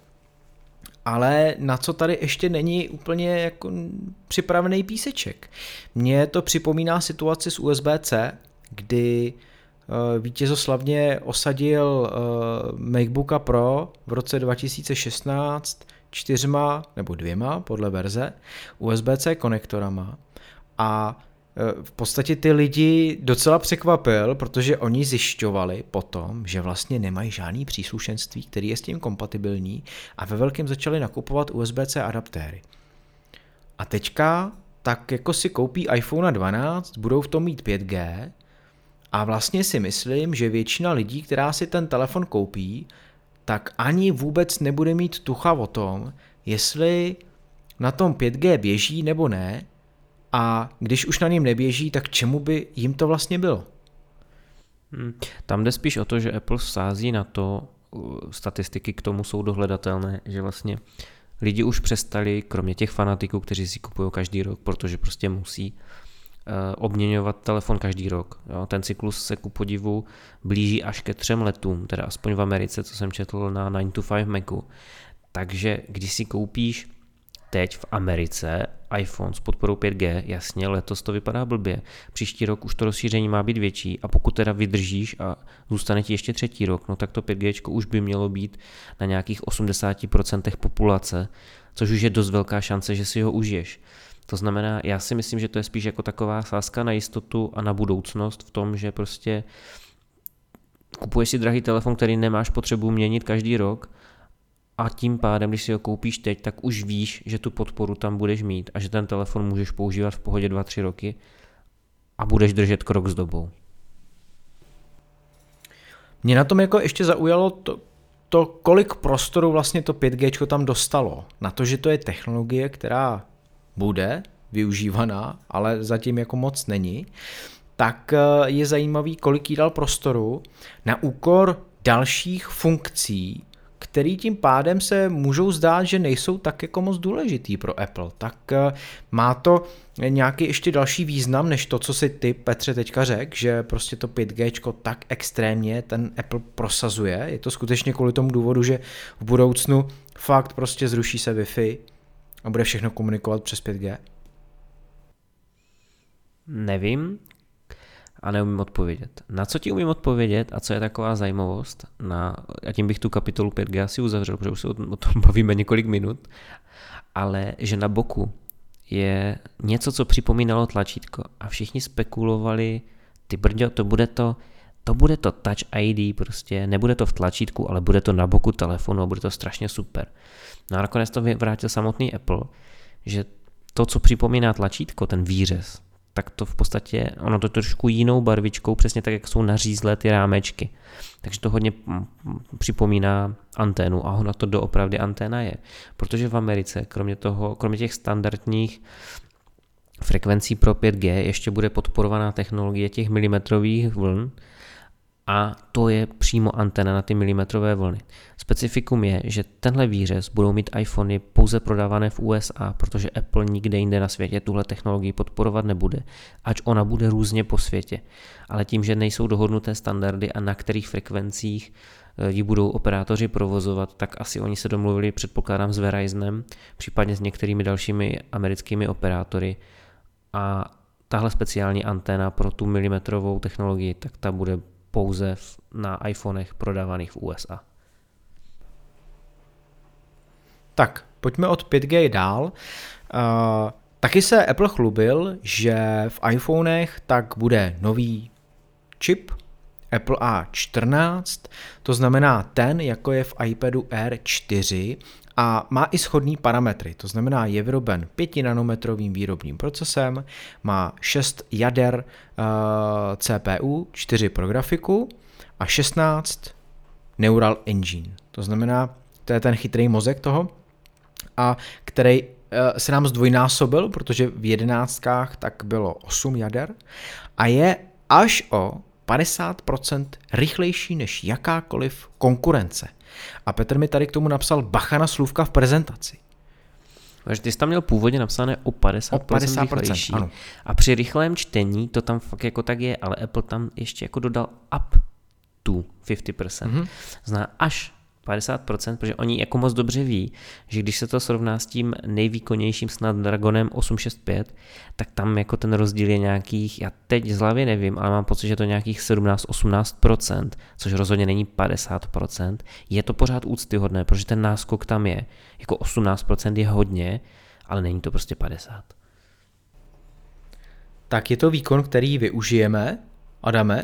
ale na co tady ještě není úplně jako připravený píseček. Mně to připomíná situaci s U S B C, kdy vítězoslavně osadil MacBooka Pro v roce dva tisíce šestnáct čtyřma nebo dvěma, podle verze, U S B C konektorama. A v podstatě ty lidi docela překvapil, protože oni zjišťovali potom, že vlastně nemají žádný příslušenství, který je s tím kompatibilní, a ve velkém začali nakupovat U S B C adaptéry. A teďka tak jako si koupí iPhone dvanáct, budou v tom mít pět G a vlastně si myslím, že většina lidí, která si ten telefon koupí, tak ani vůbec nebude mít tucha o tom, jestli na tom pět G běží nebo ne. A když už na něm neběží, tak čemu by jim to vlastně bylo? Hmm. Tam jde spíš o to, že Apple sází na to, statistiky k tomu jsou dohledatelné, že vlastně lidi už přestali, kromě těch fanatiků, kteří si kupují každý rok, protože prostě musí, uh, obměňovat telefon každý rok. Jo? Ten cyklus se ku podivu blíží až ke třem letům, teda aspoň v Americe, co jsem četl na nine to five Macu. Takže když si koupíš teď v Americe iPhone s podporou pět G, jasně, letos to vypadá blbě. Příští rok už to rozšíření má být větší a pokud teda vydržíš a zůstane ti ještě třetí rok, no tak to pět G už by mělo být na nějakých osmdesát procent populace, což už je dost velká šance, že si ho užiješ. To znamená, já si myslím, že to je spíš jako taková sázka na jistotu a na budoucnost v tom, že prostě kupuješ si drahý telefon, který nemáš potřebu měnit každý rok, a tím pádem, když si ho koupíš teď, tak už víš, že tu podporu tam budeš mít a že ten telefon můžeš používat v pohodě dva tři roky a budeš držet krok s dobou. Mě na tom jako ještě zaujalo to, to kolik prostoru vlastně to pět G tam dostalo. Na to, že to je technologie, která bude využívaná, ale zatím jako moc není, tak je zajímavý, kolik jí dal prostoru na úkor dalších funkcí, který tím pádem se můžou zdát, že nejsou tak jako moc důležitý pro Apple. Tak má to nějaký ještě další význam, než to, co si ty, Petře, teďka řekl, že prostě to pět G tak extrémně ten Apple prosazuje. Je to skutečně kvůli tomu důvodu, že v budoucnu fakt prostě zruší se Wi-Fi a bude všechno komunikovat přes pět G? Nevím a neumím odpovědět. Na co ti umím odpovědět a co je taková zajímavost, na, a tím bych tu kapitolu pět G asi uzavřel, protože už se o tom bavíme několik minut, ale že na boku je něco, co připomínalo tlačítko a všichni spekulovali, ty brďo, to bude to, to bude to Touch I D prostě, nebude to v tlačítku, ale bude to na boku telefonu a bude to strašně super. No a nakonec to vrátil samotný Apple, že to, co připomíná tlačítko, ten výřez, tak to v podstatě, ono to trošku jinou barvičkou, přesně tak, jak jsou nařízlé ty rámečky. Takže to hodně připomíná anténu a ona to doopravdy anténa je. Protože v Americe, kromě toho, kromě těch standardních frekvencí pro pět G, ještě bude podporovaná technologie těch milimetrových vln, a to je přímo antena na ty milimetrové vlny. Specifikum je, že tenhle výřez budou mít iPhony pouze prodávané v U S A, protože Apple nikde jinde na světě tuhle technologii podporovat nebude, ač ona bude různě po světě. Ale tím, že nejsou dohodnuté standardy a na kterých frekvencích ji budou operátoři provozovat, tak asi oni se domluvili, předpokládám, s Verizonem, případně s některými dalšími americkými operátory. A tahle speciální anténa pro tu milimetrovou technologii, tak ta bude pouze na iPhonech prodávaných v U S A. Tak, pojďme od pět G dál. Uh, taky se Apple chlubil, že v iPhonech tak bude nový čip Apple A čtrnáct, to znamená ten, jako je v iPadu Air čtyři, a má i shodný parametry, to znamená je vyroben pětinanometrovým výrobním procesem, má šest jader uh, C P U, čtyři pro grafiku a šestnáct Neural Engine. To znamená, to je ten chytrý mozek toho, a který uh, se nám zdvojnásobil, protože v jedenáctkách tak bylo osm jader a je až o padesát procent rychlejší než jakákoliv konkurence. A Petr mi tady k tomu napsal bacha na slůvka v prezentaci. Takže ty jsi tam měl původně napsané o padesát procent, o padesát procent rychlejší. Ano. A při rychlém čtení to tam fakt jako tak je, ale Apple tam ještě jako dodal up to padesát procent. Mm-hmm. Zná až padesát procent, protože oni jako moc dobře ví, že když se to srovná s tím nejvýkonnějším Snapdragonem osm set šedesát pět, tak tam jako ten rozdíl je nějakých, já teď z hlavy nevím, ale mám pocit, že to nějakých sedmnáct až osmnáct procent, což rozhodně není padesát procent. Je to pořád úctyhodné, protože ten náskok tam je. Jako osmnáct procent je hodně, ale není to prostě padesát. Tak je to výkon, který využijeme, Adame?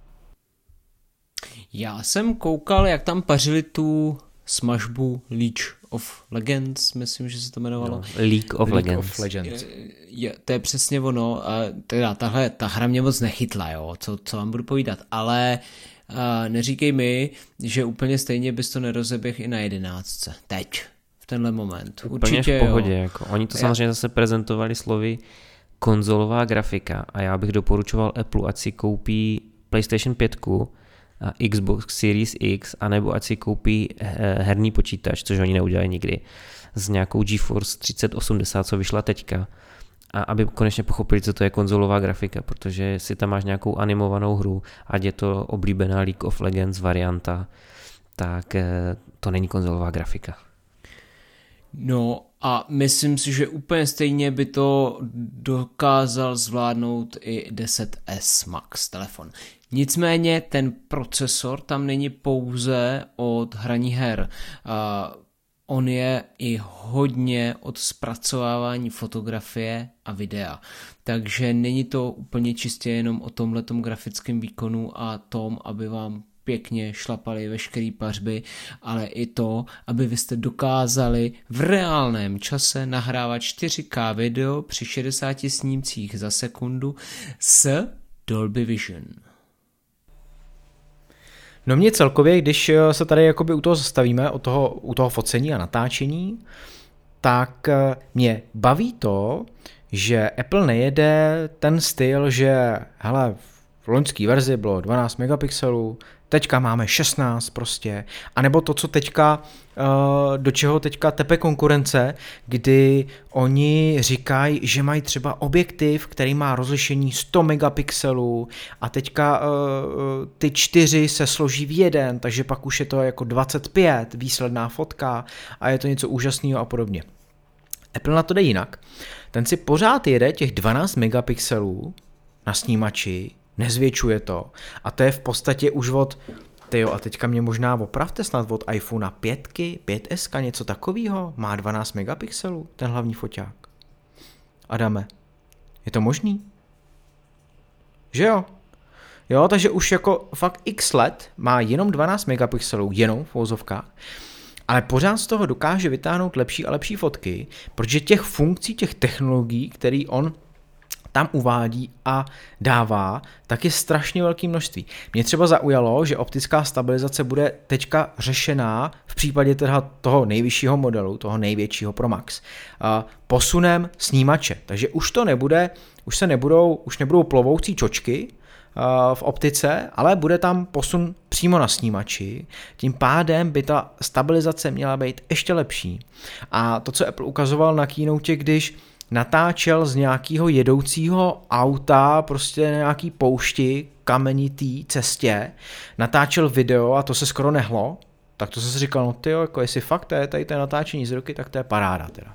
Já jsem koukal, jak tam pařili tu smažbu League of Legends, myslím, že se to jmenovalo. No, League of League Legends. Of Legends. Je, je, to je přesně ono. A teda tahle, ta hra mě moc nechytla, jo, co, co vám budu povídat, ale a neříkej mi, že úplně stejně bys to nerozeběh i na jedenáctce. Teď, v tenhle moment. Úplně Určitě, v pohodě. Jo. Jako. Oni to Já... samozřejmě zase prezentovali slovy konzolová grafika a já bych doporučoval Apple, ať si koupí PlayStation pět, Xbox Series X, anebo ať si koupí herní počítač, což oni neudělají nikdy, s nějakou GeForce třicet osmdesát, co vyšla teďka, a aby konečně pochopili, co to je konzolová grafika, protože si tam máš nějakou animovanou hru, ať je to oblíbená League of Legends varianta, tak to není konzolová grafika. No a myslím si, že úplně stejně by to dokázal zvládnout i deset S Max telefon. Nicméně ten procesor tam není pouze od hraní her. Uh, on je i hodně od zpracovávání fotografie a videa. Takže není to úplně čistě jenom o tomhletom grafickém výkonu a tom, aby vám pěkně šlapali veškerý pařby, ale i to, aby vy jste dokázali v reálném čase nahrávat čtyři ká video při šedesáti snímcích za sekundu s Dolby Vision. No mě celkově, když se tady jakoby u toho zastavíme, u toho, u toho focení a natáčení, tak mě baví to, že Apple nejede ten styl, že hele, v loňské verzi bylo dvanáct megapixelů, teďka máme šestnáct prostě, anebo to, co teďka, do čeho teďka tepe konkurence, kdy oni říkají, že mají třeba objektiv, který má rozlišení sto megapixelů a teďka ty čtyři se složí v jeden, takže pak už je to jako dvacet pět výsledná fotka a je to něco úžasného a podobně. Apple na to jde jinak. Ten si pořád jede těch dvanáct megapixelů na snímači, nezvětšuje to. A to je v podstatě už od, tyjo, a teďka mě možná opravte snad od iPhone pět, pět S, něco takového, má dvanáct megapixelů, ten hlavní foťák. Adame? Je to možný? Že jo? Jo, takže už jako fakt x let má jenom dvanáct megapixelů, jenom v uvozovkách, ale pořád z toho dokáže vytáhnout lepší a lepší fotky, protože těch funkcí, těch technologií, který on tam uvádí a dává, tak je strašně velké množství. Mě třeba zaujalo, že optická stabilizace bude teďka řešená v případě teda toho nejvyššího modelu, toho největšího Pro Max, posunem snímače. Takže už to nebude, už se nebudou, už nebudou plovoucí čočky v optice, ale bude tam posun přímo na snímači, tím pádem by ta stabilizace měla být ještě lepší. A to, co Apple ukazoval na keynote, když natáčel z nějakého jedoucího auta, prostě na nějaký poušti, kamenitý cestě, natáčel video a to se skoro nehlo, tak to jsem si říkal, no tyjo, jako jestli fakt to je tady to natáčení z ruky, tak to je paráda teda.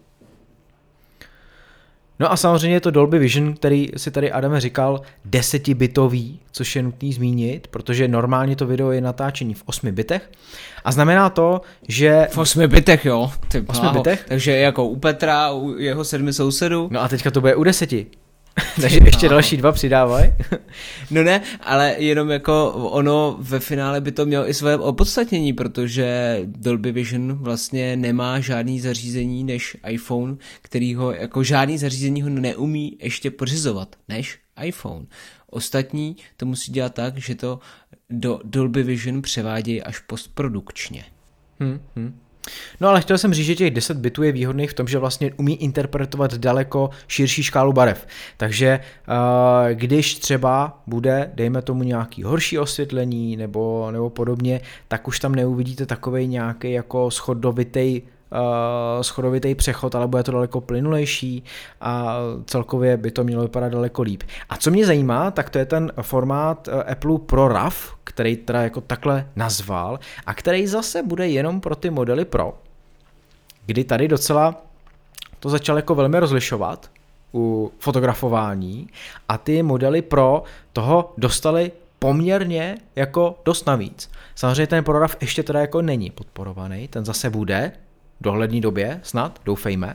No a samozřejmě je to Dolby Vision, který si tady Adame říkal, desetibitový, což je nutný zmínit, protože normálně to video je natáčení v osmi bitech a znamená to, že... V osmi bitech, jo. Ty v osmi bitech? Takže jako u Petra, u jeho sedmi sousedů. No a teďka to bude u deseti. Takže ještě další dva přidávaj. No ne, ale jenom jako ono ve finále by to mělo i své opodstatnění, protože Dolby Vision vlastně nemá žádný zařízení než iPhone, který ho, jako žádný zařízení ho neumí ještě pořizovat než iPhone. Ostatní to musí dělat tak, že to do Dolby Vision převádějí až postprodukčně. Hmm, hmm. No ale chtěl jsem říct, že těch deset bitů je výhodných v tom, že vlastně umí interpretovat daleko širší škálu barev. Takže uh, když třeba bude, dejme tomu nějaký horší osvětlení nebo, nebo podobně, tak už tam neuvidíte takovej nějaký jako schodovitej Uh, schodovitý přechod, ale bude to daleko plynulejší a celkově by to mělo vypadat daleko líp. A co mě zajímá, tak to je ten formát Apple Pro R A W, který teda jako takhle nazval a který zase bude jenom pro ty modely Pro, kdy tady docela to začal jako velmi rozlišovat u fotografování a ty modely Pro toho dostali poměrně jako dost navíc. Samozřejmě ten Pro R A W ještě teda jako není podporovaný, ten zase bude v dohledné době, snad, doufejme,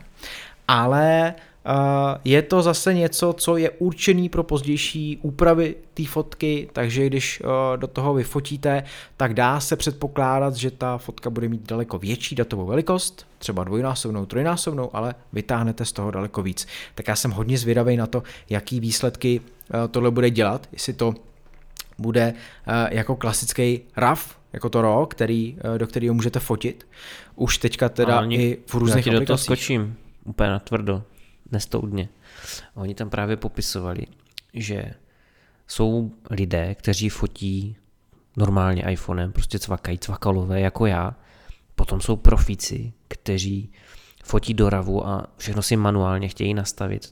ale uh, je to zase něco, co je určený pro pozdější úpravy té fotky, takže když uh, do toho vyfotíte, tak dá se předpokládat, že ta fotka bude mít daleko větší datovou velikost, třeba dvojnásobnou, trojnásobnou, ale vytáhnete z toho daleko víc. Tak já jsem hodně zvědavý na to, jaký výsledky uh, tohle bude dělat, jestli to bude uh, jako klasický R A W, jako to R A W, který, do kterého můžete fotit. Už teďka teda oni, i v různých aplikacích. Já ti do toho skočím úplně natvrdo, nestoudně. Oni tam právě popisovali, že jsou lidé, kteří fotí normálně iPhonem, prostě cvakají, cvakalové jako já. Potom jsou profíci, kteří fotí do ravu a všechno si manuálně chtějí nastavit.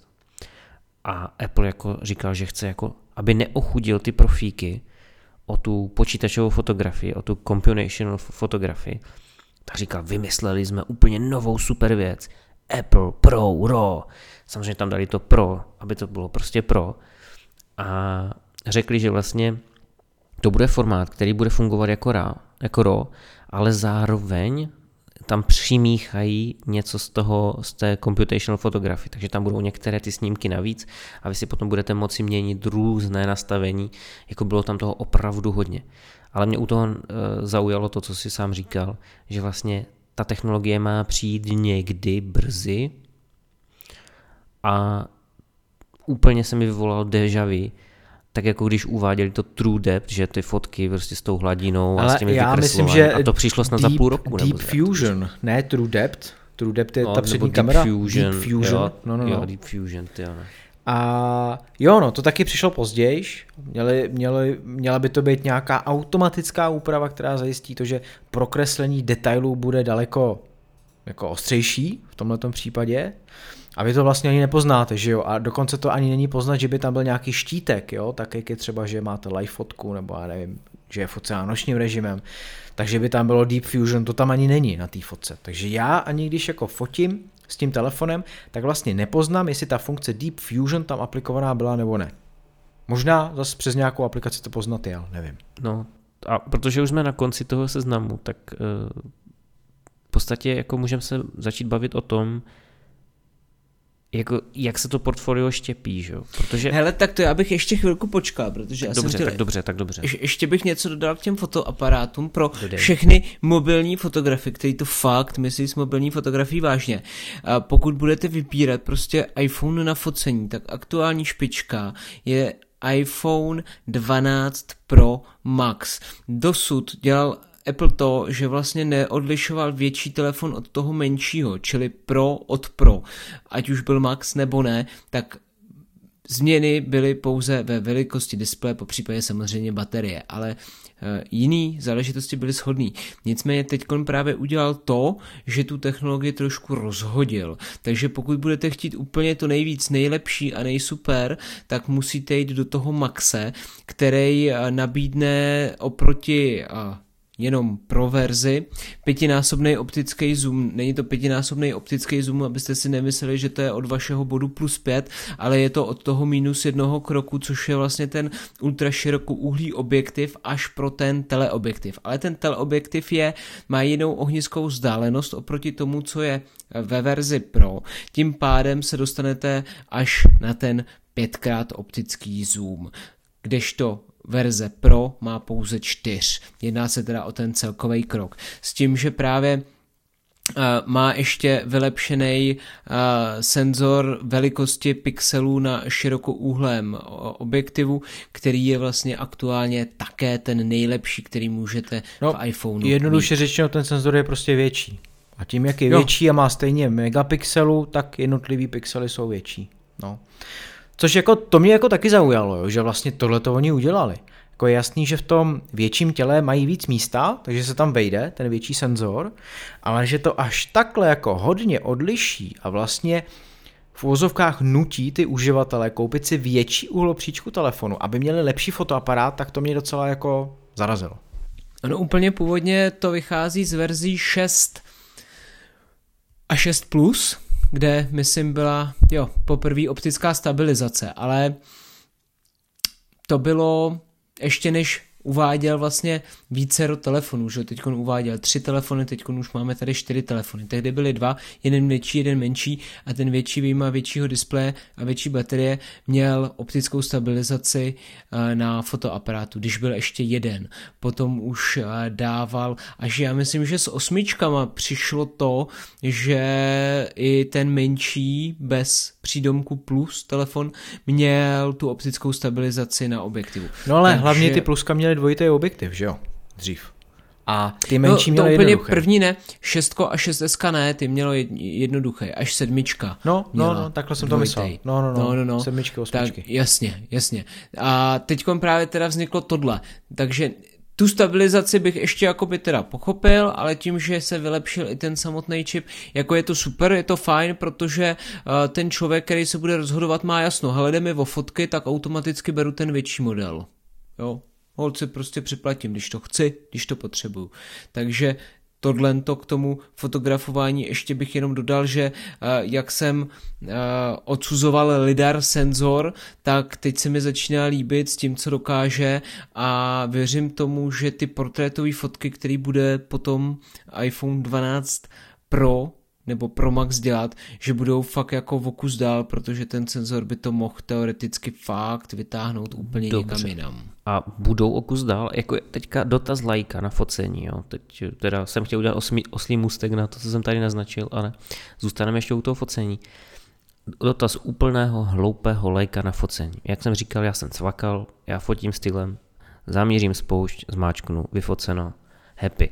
A Apple jako říkal, že chce, jako, aby neochudil ty profíky o tu počítačovou fotografii, o tu computational fotografii, tak říkal, vymysleli jsme úplně novou super věc. Apple Pro RAW. Samozřejmě tam dali to Pro, aby to bylo prostě Pro. A řekli, že vlastně to bude formát, který bude fungovat jako RAW, jako RAW, ale zároveň tam přimíchají něco z toho, z té computational fotografie, takže tam budou některé ty snímky navíc a vy si potom budete moci měnit různé nastavení, jako bylo tam toho opravdu hodně. Ale mě u toho e, zaujalo to, co jsi sám říkal, že vlastně ta technologie má přijít někdy brzy a úplně se mi vyvolalo déjà vu, tak jako když uváděli to True Depth, že ty fotky prostě s tou hladinou ale a s těmi já myslím, že a to přišlo snad deep, za půl roku. Deep Fusion, ne True Depth. True Depth je no, ta přední kamera. Fusion, Deep Fusion. Jo, no, no, jo, no. Deep Fusion, ty jo. Ne. A jo, no, to taky přišlo pozdějiš. Měli, měli, měla by to být nějaká automatická úprava, která zajistí to, že prokreslení detailů bude daleko jako ostřejší v tomhletom případě. A vy to vlastně ani nepoznáte, že jo? A dokonce to ani není poznat, že by tam byl nějaký štítek, jo? Tak jak je třeba, že máte live fotku, nebo já nevím, že je focena nočním režimem, takže by tam bylo Deep Fusion, to tam ani není na té fotce. Takže já ani když jako fotím s tím telefonem, tak vlastně nepoznám, jestli ta funkce Deep Fusion tam aplikovaná byla nebo ne. Možná zase přes nějakou aplikaci to poznat je, ale nevím. No, a protože už jsme na konci toho seznamu, tak uh, v podstatě jako můžeme se začít bavit o tom, jako, jak se to portfolio štěpí, že? Protože... Hele, tak to já bych ještě chvilku počkal, protože tak já dobře, jsem chtěl... tak dobře, tak dobře. Je, ještě bych něco dodal k těm fotoaparátům pro Dodej. všechny mobilní fotografy, který to fakt myslí s mobilní fotografií vážně. A pokud budete vybírat prostě iPhone na focení, tak aktuální špička je iPhone dvanáct Pro Max. Dosud dělal Apple to, že vlastně neodlišoval větší telefon od toho menšího, čili Pro od Pro. Ať už byl Max nebo ne, tak změny byly pouze ve velikosti displeje, po případě samozřejmě baterie, ale e, jiný záležitosti byly shodný. Nicméně teďkon právě udělal to, že tu technologii trošku rozhodil. Takže pokud budete chtít úplně to nejvíc, nejlepší a nejsuper, tak musíte jít do toho Maxe, který nabídne oproti... A, jenom pro verzi, pětinásobný optický zoom, není to pětinásobný optický zoom, abyste si nemysleli, že to je od vašeho bodu plus pět, ale je to od toho minus jednoho kroku, což je vlastně ten ultra širokouhlý objektiv až pro ten teleobjektiv. Ale ten teleobjektiv je, má jinou ohniskovou vzdálenost oproti tomu, co je ve verzi Pro, tím pádem se dostanete až na ten pětkrát optický zoom, kdežto verze Pro má pouze čtyř. Jedná se teda o ten celkový krok. S tím, že právě uh, má ještě vylepšený uh, senzor velikosti pixelů na širokouhlém objektivu, který je vlastně aktuálně také ten nejlepší, který můžete no, v iPhoneu jednoduše řečeno, ten senzor je prostě větší. A tím, jak je jo. větší a má stejně megapixelů, tak jednotlivý pixely jsou větší. No. Což jako, to mě jako taky zaujalo, jo, že vlastně tohleto oni udělali. Jako je jasný, že v tom větším těle mají víc místa, takže se tam vejde ten větší senzor, ale že to až takhle jako hodně odliší a vlastně v uvozovkách nutí ty uživatele koupit si větší úhlopříčku telefonu, aby měli lepší fotoaparát, tak to mě docela jako zarazilo. Ano, úplně původně to vychází z verzí šest a šest plus, kde, myslím, byla, jo, poprvé optická stabilizace, ale to bylo ještě než uváděl vlastně vícero telefonů, že teďkon uváděl tři telefony, teďkon už máme tady čtyři telefony. Tehdy byly dva, jeden větší, jeden menší a ten větší vyjma většího displeje a větší baterie měl optickou stabilizaci na fotoaparátu, když byl ještě jeden. Potom už dával, až já myslím, že s osmičkama přišlo to, že i ten menší bez přídomku plus telefon měl tu optickou stabilizaci na objektivu. No ale Takže... hlavně ty pluska měly dvojitý objektiv, že jo? Dřív. A ty menší no, měly úplně jednoduché. První ne, šestko a šest S ne, ty mělo jednoduché, až sedmička. No, no, no, takhle jsem to myslel. No, no, no, no, no, no. sedmičky, osmičky. Tak, jasně, jasně. A teďkom právě teda vzniklo tohle, takže tu stabilizaci bych ještě jakoby teda pochopil, ale tím, že se vylepšil i ten samotný čip, jako je to super, je to fajn, protože uh, ten člověk, který se bude rozhodovat, má jasno, hele, jde mi o fotky, tak automaticky beru ten větší model. Jo, holci prostě připlatím, když to chci, když to potřebuju. Takže tohle to k tomu fotografování ještě bych jenom dodal, že uh, jak jsem uh, odsuzoval lidar senzor, tak teď se mi začíná líbit s tím, co dokáže a věřím tomu, že ty portrétové fotky, který bude potom iPhone dvanáct Pro nebo Pro Max dělat, že budou fakt jako v kus dál, protože ten senzor by to mohl teoreticky fakt vytáhnout úplně Dobře. někam jinam. A budou o kus dál? Jako teďka dotaz lajka na focení, jo. Teď teda jsem chtěl udělat osmý, oslý můstek na to, co jsem tady naznačil, ale zůstaneme ještě u toho focení. Dotaz úplného hloupého lajka na focení. Jak jsem říkal, já jsem cvakal, já fotím stylem, zamířím spoušť, zmáčknu, vyfoceno, happy.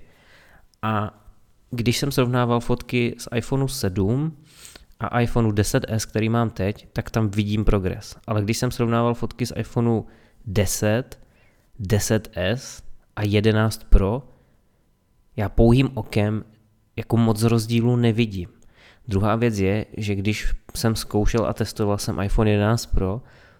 A když jsem srovnával fotky z iPhoneu sedm a iPhoneu deset es, který mám teď, tak tam vidím progres. Ale když jsem srovnával fotky z iPhoneu deset, deset es a jedenáct Pro, já pouhým okem jako moc rozdílu nevidím. Druhá věc je, že když jsem zkoušel a testoval jsem iPhone jedenáct Pro,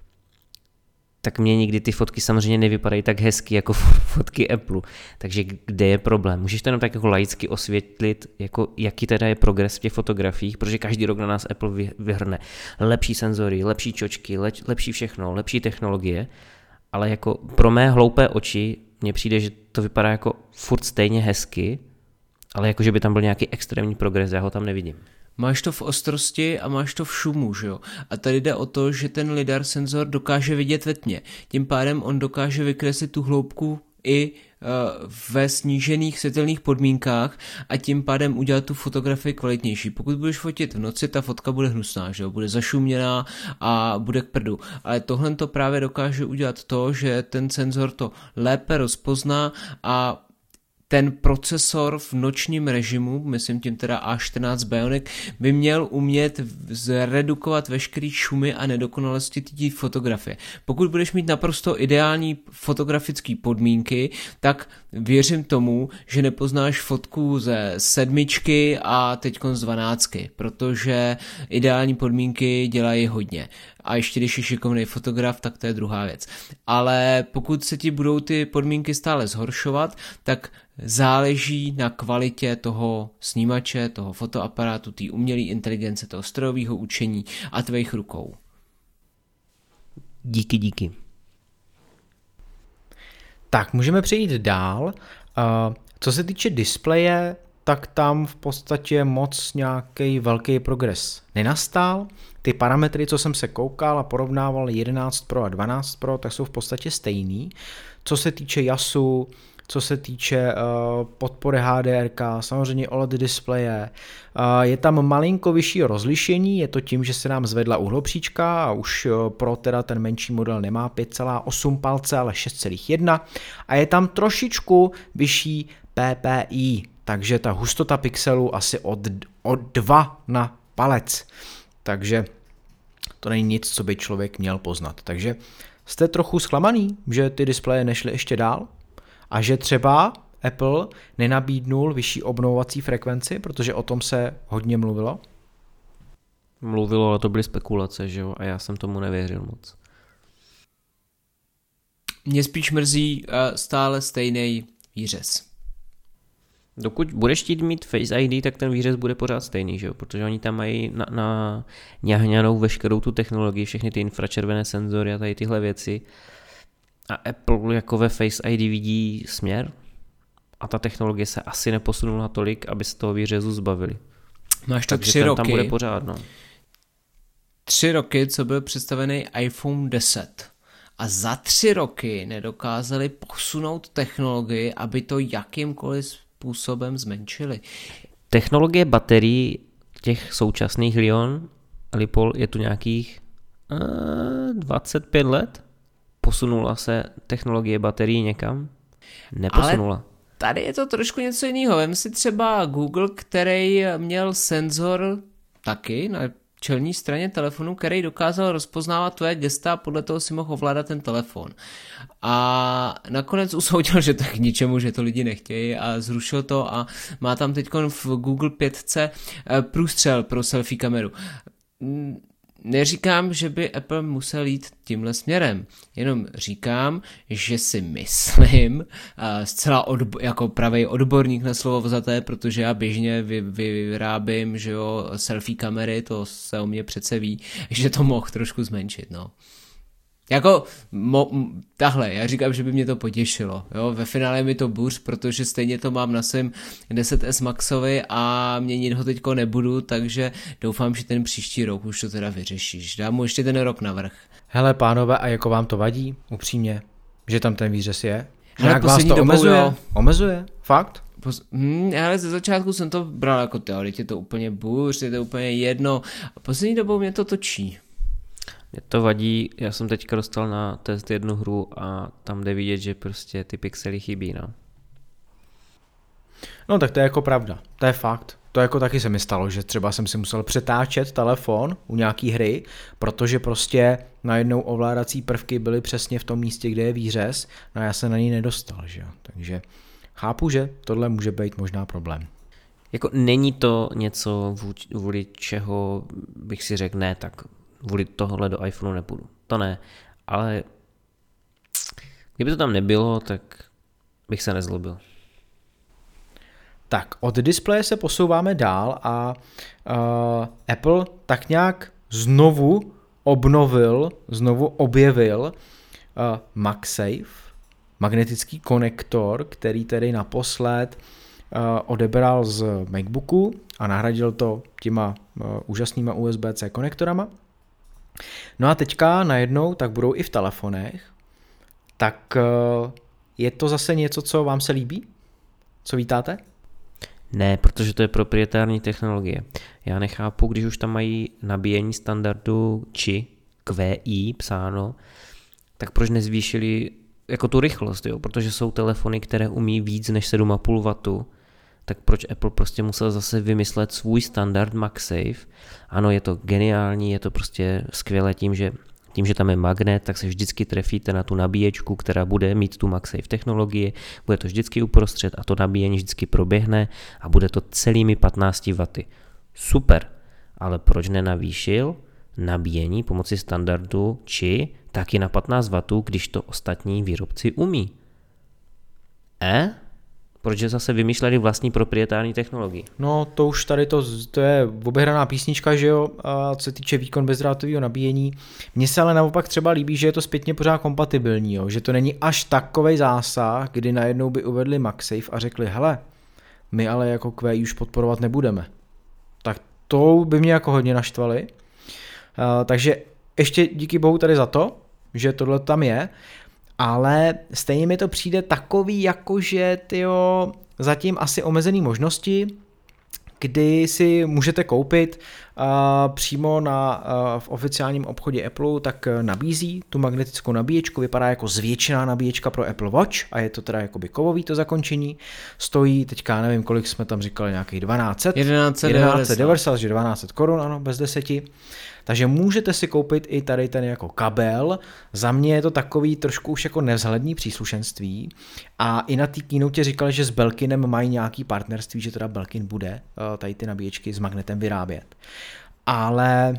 tak mě nikdy ty fotky samozřejmě nevypadají tak hezky jako fotky Apple. Takže kde je problém? Můžeš to jenom tak jako laicky osvětlit, jako jaký teda je progres v těch fotografiích, protože každý rok na nás Apple vyhrne lepší senzory, lepší čočky, lep, lepší všechno, lepší technologie, ale jako pro mé hloupé oči mně přijde, že to vypadá jako furt stejně hezky, ale jako že by tam byl nějaký extrémní progres, já ho tam nevidím. máš to v ostrosti a máš to v šumu, že jo. A tady jde o to, že ten lidar senzor dokáže vidět ve tmě. Tím pádem on dokáže vykreslit tu hloubku i uh, ve snížených světelných podmínkách a tím pádem udělat tu fotografii kvalitnější. Pokud budeš fotit v noci, ta fotka bude hnusná, že jo, bude zašuměná a bude k prdu. Ale tohle to právě dokáže udělat to, že ten senzor to lépe rozpozná a ten procesor v nočním režimu, myslím tím teda A čtrnáct Bionic, by měl umět zredukovat veškerý šumy a nedokonalosti té fotografie. Pokud budeš mít naprosto ideální fotografické podmínky, tak věřím tomu, že nepoznáš fotku ze sedmičky a teďkon z dvanáctky, protože ideální podmínky dělají hodně. A ještě když je šikovný fotograf, tak to je druhá věc. Ale pokud se ti budou ty podmínky stále zhoršovat, tak záleží na kvalitě toho snímače, toho fotoaparátu, té umělé inteligence, toho strojového učení a tvých rukou. Díky, díky. Tak, můžeme přejít dál. Co se týče displeje, tak tam v podstatě moc nějaký velký progres nenastal. Ty parametry, co jsem se koukal a porovnával jedenáct Pro a dvanáct Pro, tak jsou v podstatě stejný. Co se týče jasu, co se týče uh, podpory H D R K, samozřejmě O L E D displeje, uh, je tam malinko vyšší rozlišení, je to tím, že se nám zvedla uhlopříčka a už uh, pro teda ten menší model nemá pět celá osm palce, ale šest celá jedna a je tam trošičku vyšší P P I, takže ta hustota pixelů asi od, od dva na palec, takže to není nic, co by člověk měl poznat. Takže jste trochu zklamaný, že ty displeje nešly ještě dál a že třeba Apple nenabídnul vyšší obnovovací frekvenci, protože o tom se hodně mluvilo? Mluvilo, ale to byly spekulace, že jo, a já jsem tomu nevěřil moc. Mě spíš mrzí uh, stále stejný výřez. Dokud budeš chtít mít Face I D, tak ten výřez bude pořád stejný, že jo? Protože oni tam mají na, na ňahňanou veškerou tu technologii, všechny ty infračervené senzory a tady tyhle věci. A Apple jako ve Face I D vidí směr a ta technologie se asi neposunula tolik, aby se toho výřezu zbavili. Máš to Takže tři ten roky. Tam bude pořád, no. Tři roky, co byl představený iPhone deset. A za tři roky nedokázali posunout technologii, aby to jakýmkoliv způsobem zmenšili. Technologie baterií těch současných Lion a Lipol je tu nějakých uh, dvacet pět let. Posunula se technologie baterií někam? Neposunula. Ale tady je to trošku něco jiného. Vem si třeba Google, který měl senzor taky na čelní straně telefonu, který dokázal rozpoznávat tvoje gesta a podle toho si mohl ovládat ten telefon. A nakonec usoudil, že to k ničemu, že to lidi nechtějí a zrušil to a má tam teď v Google pět průstřel pro selfie kameru. Neříkám, že by Apple musel jít tímhle směrem, jenom říkám, že si myslím, zcela odbo- jako pravej odborník na slovo vzaté, protože já běžně vy- vyrábím, že jo, selfie kamery, to se o mě přece ví, že to mohl trošku zmenšit, no. Jako, mo, tahle, já říkám, že by mě to potěšilo, jo, ve finále mi to buř, protože stejně to mám na svém deset S Maxovi a měnit ho teďko nebudu, takže doufám, že ten příští rok už to teda vyřešíš, dám mu ještě ten rok navrch. Hele pánové, a jako vám to vadí, upřímně, že tam ten výřez je? Hele, Jak vás to omezuje? Jo. Omezuje? Fakt? Pos- hm, ale ze začátku jsem to bral jako teorie, je to úplně buř, je to úplně jedno, a poslední dobou mě to točí. Mě to vadí, já jsem teďka dostal na test jednu hru a tam jde vidět, že prostě ty pixely chybí, no. No tak to je jako pravda, to je fakt. To jako taky se mi stalo, že třeba jsem si musel přetáčet telefon u nějaký hry, protože prostě najednou ovládací prvky byly přesně v tom místě, kde je výřez, no a já se na ní nedostal, že jo. Takže chápu, že tohle může být možná problém. Jako není to něco, vůli čeho bych si řekl, ne, tak vůli tohle do iPhoneu nepůjdu. To ne, ale kdyby to tam nebylo, tak bych se nezlobil. Tak, od displeje se posouváme dál a uh, Apple tak nějak znovu obnovil, znovu objevil uh, MagSafe, magnetický konektor, který tedy naposled odebral z MacBooku a nahradil to těma úžasnýma U S B C konektorama. No a teďka najednou tak budou i v telefonech, tak je to zase něco, co vám se líbí? Co vítáte? Ne, protože to je proprietární technologie. Já nechápu, když už tam mají nabíjení standardu či Q I psáno, tak proč nezvýšili jako tu rychlost, jo? Protože jsou telefony, které umí víc než sedm a půl vatu, tak proč Apple prostě musel zase vymyslet svůj standard MagSafe. Ano, je to geniální, je to prostě skvělé tím, že tím, že tam je magnet, tak se vždycky trefíte na tu nabíječku, která bude mít tu MagSafe technologii, bude to vždycky uprostřed a to nabíjení vždycky proběhne a bude to celými patnáct waty. Super, ale proč nenavýšil nabíjení pomocí standardu či taky na patnáct wattů, když to ostatní výrobci umí? E? Proč zase vymýšleli vlastní proprietární technologii? No to už tady to, to je obehraná písnička, že jo, a co se týče výkon bezdrátového nabíjení. Mně se ale naopak třeba líbí, že je to zpětně pořád kompatibilní, jo, že to není až takovej zásah, kdy najednou by uvedli MagSafe a řekli, hele, my ale jako Q I už podporovat nebudeme. Tak to by mě jako hodně naštvali. Uh, takže ještě díky bohu tady za to, že tohle tam je, ale stejně mi to přijde takový, jakože tyjo, zatím asi omezený možnosti, kdy si můžete koupit uh, přímo na, uh, v oficiálním obchodě Apple, tak nabízí tu magnetickou nabíječku, vypadá jako zvětšená nabíječka pro Apple Watch a je to teda jakoby kovový to zakončení, stojí teďka nevím, kolik jsme tam říkali, nějakých dvanáct set, jedenáct set devadesát, že dvanáct set korun, ano, bez deseti. Takže můžete si koupit i tady ten jako kabel. Za mě je to takový trošku už jako nevzhledný příslušenství. A i na té keynote říkali, že s Belkinem mají nějaký partnerství, že teda Belkin bude tady ty nabíječky s magnetem vyrábět. Ale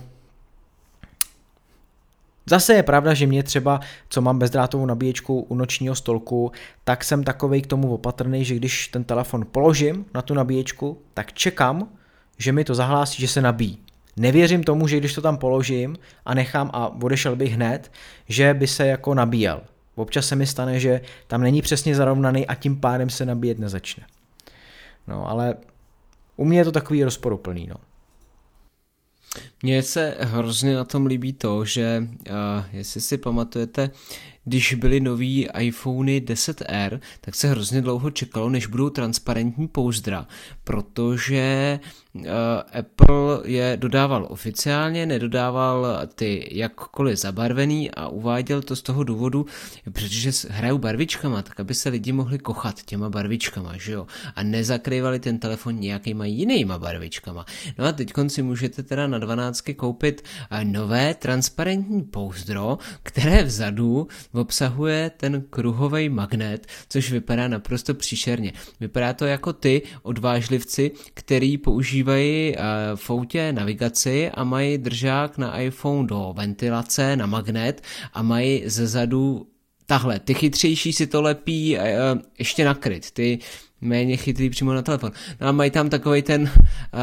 zase je pravda, že mě třeba, co mám bezdrátovou nabíječku u nočního stolku, tak jsem takovej k tomu opatrný, že když ten telefon položím na tu nabíječku, tak čekám, že mi to zahlásí, že se nabíjí. Nevěřím tomu, že když to tam položím a nechám a odešel bych hned, že by se jako nabíjel. Občas se mi stane, že tam není přesně zarovnaný a tím pádem se nabíjet nezačne. No, ale u mě je to takový rozporuplný, no. Mně se hrozně na tom líbí to, že uh, jestli si pamatujete, když byly nový iPhony deset R, tak se hrozně dlouho čekalo, než budou transparentní pouzdra, protože uh, Apple je dodával oficiálně, nedodával ty jakkoliv zabarvený a uváděl to z toho důvodu, protože hrajou barvičkama, tak aby se lidi mohli kochat těma barvičkama, že jo, a nezakrývali ten telefon nějakýma jinýma barvičkama. No a teďkon si můžete teda na dvanáctky koupit nové transparentní pouzdro, které vzadu obsahuje ten kruhový magnet, což vypadá naprosto příšerně. Vypadá to jako ty odvážlivci, který používají v autě navigaci a mají držák na iPhone do ventilace, na magnet a mají zezadu tahle. Ty chytřejší si to lepí ještě nakryt, ty méně chytrý přímo na telefon. No a mají tam takovej ten uh,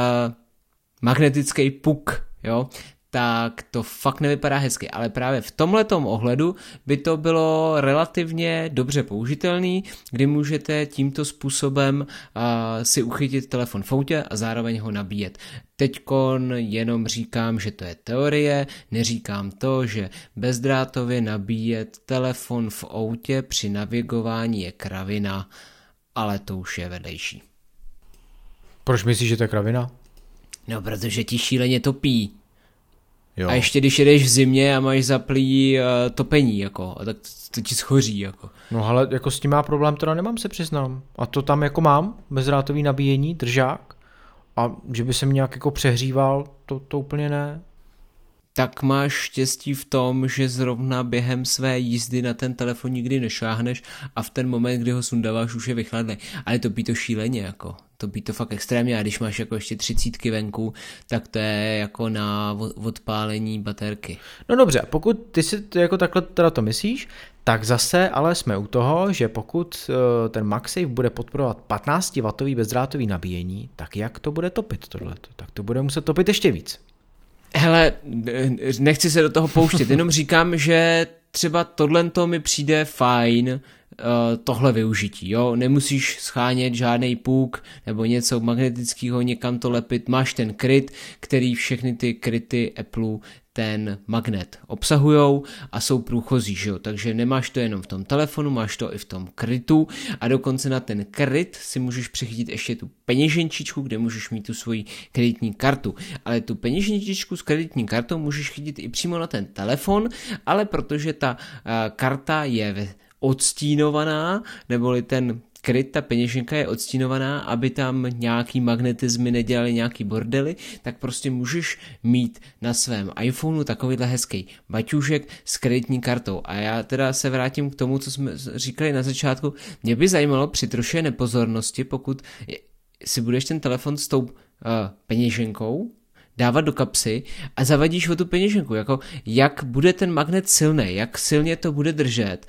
magnetický puk, jo, tak to fakt nevypadá hezky, ale právě v tomhletom ohledu by to bylo relativně dobře použitelný, kdy můžete tímto způsobem uh, si uchytit telefon v autě a zároveň ho nabíjet. Teďkon jenom říkám, že to je teorie, neříkám to, že bezdrátově nabíjet telefon v autě při navigování je kravina, ale to už je vedlejší. Proč myslíš, že to je kravina? No, protože ti šíleně topí. Jo. A ještě když jedeš v zimě a máš zaplý uh, topení, jako, a tak to, to ti schoří, jako. No ale jako s tím má problém, teda nemám, se přiznám. A to tam jako mám, bezdrátový nabíjení, držák. A že by se mě nějak jako přehříval, to, to úplně ne. Tak máš štěstí v tom, že zrovna během své jízdy na ten telefon nikdy nešáhneš a v ten moment, kdy ho sundáváš, už je vychladlý. Ale to by to šíleně, jako. To by to fakt extrémně, a když máš jako ještě třicítky venku, tak to je jako na odpálení baterky. No dobře, pokud ty si jako takhle teda to myslíš, tak zase ale jsme u toho, že pokud ten MagSafe bude podporovat patnáctiwatový bezdrátový nabíjení, tak jak to bude topit tohleto? Tak to bude muset topit ještě víc. Hele, nechci se do toho pouštět, jenom říkám, že třeba tohle mi přijde fajn tohle využití, jo, nemusíš schánět žádný puk nebo něco magnetického, někam to lepit, máš ten kryt, který všechny ty kryty Apple ten magnet obsahujou a jsou průchozí, že jo? Takže nemáš to jenom v tom telefonu, máš to i v tom krytu a dokonce na ten kryt si můžeš přichytit ještě tu peněženčičku, kde můžeš mít tu svoji kreditní kartu, ale tu peněženčičku s kreditní kartou můžeš chytit i přímo na ten telefon, ale protože ta uh, karta je odstínovaná, neboli ten kryt, ta peněženka je odstínovaná, aby tam nějaký magnetizmy nedělali nějaký bordely, tak prostě můžeš mít na svém iPhoneu takovýhle hezký baťůžek s kreditní kartou. A já teda se vrátím k tomu, co jsme říkali na začátku. Mě by zajímalo při troše nepozornosti, pokud si budeš ten telefon s tou uh, peněženkou dávat do kapsy a zavadíš o tu peněženku, jako jak bude ten magnet silný, jak silně to bude držet,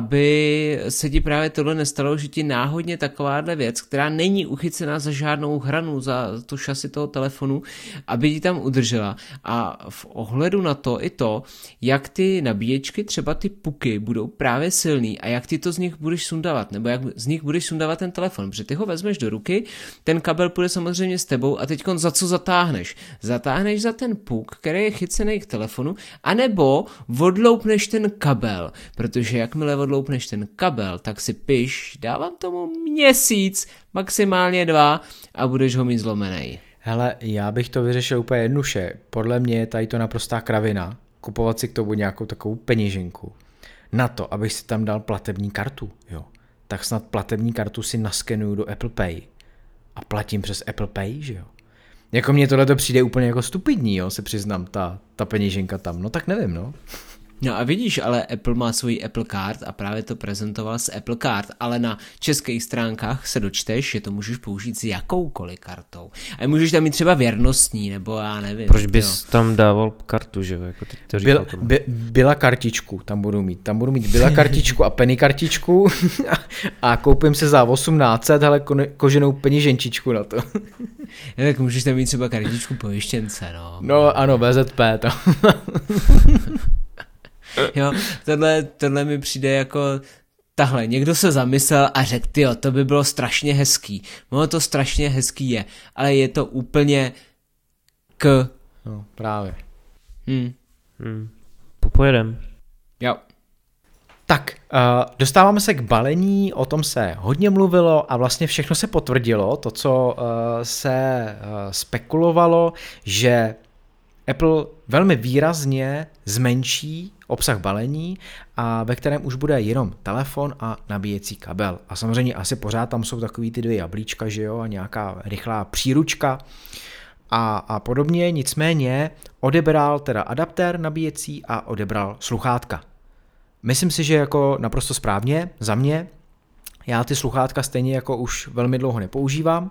aby se ti právě tohle nestalo, že ti náhodně takováhle věc, která není uchycená za žádnou hranu, za to šasi toho telefonu, aby ti tam udržela. A v ohledu na to i to, jak ty nabíječky, třeba ty puky, budou právě silný a jak ty to z nich budeš sundávat, nebo jak z nich budeš sundávat ten telefon, protože ty ho vezmeš do ruky, ten kabel půjde samozřejmě s tebou a teďkon za co zatáhneš? Zatáhneš za ten puk, který je chycený k telefonu, anebo odloupneš ten kabel, protože jakmile odloupneš ten kabel, tak si piš, dávám tomu měsíc, maximálně dva a budeš ho mít zlomený. Hele, já bych to vyřešil úplně jednoduše. Podle mě je tady to naprostá kravina, kupovat si k tomu nějakou takovou peněženku. Na to, abych si tam dal platební kartu, jo. Tak snad platební kartu si naskenuju do Apple Pay a platím přes Apple Pay, že jo. Jako mně tohle to přijde úplně jako stupidní, jo, se přiznám, ta, ta peněženka tam, no tak nevím, no. No a vidíš, ale Apple má svůj Apple Card a právě to prezentoval s Apple Card, ale na českých stránkách se dočteš, že to můžeš použít s jakoukoliv kartou. A můžeš tam mít třeba věrnostní, nebo já nevím. Proč bys jo. tam dával kartu, že jo? Jako ty to Byl, by, byla kartičku, tam budu mít. Tam budu mít byla kartičku a penny kartičku a, a koupím se za osmnáct set, hele, ko, koženou peněženčičku na to. Ja, tak můžeš tam mít třeba kartičku pojištěnce, no. No ano, V Z P tam. Jo, tohle, tohle mi přijde jako tahle, někdo se zamyslel a řekl, tyjo, to by bylo strašně hezký. No to strašně hezký je, ale je to úplně k... No, právě. Hmm. Hmm. Popojedem. Jo. Tak, uh, dostáváme se k balení, o tom se hodně mluvilo a vlastně všechno se potvrdilo, to, co uh, se uh, spekulovalo, že Apple velmi výrazně zmenší obsah balení, a ve kterém už bude jenom telefon a nabíjecí kabel. A samozřejmě asi pořád tam jsou takový ty dvě jablíčka, že jo, a nějaká rychlá příručka a, a podobně, nicméně odebral teda adaptér nabíjecí a odebral sluchátka. Myslím si, že jako naprosto správně za mě, já ty sluchátka stejně jako už velmi dlouho nepoužívám.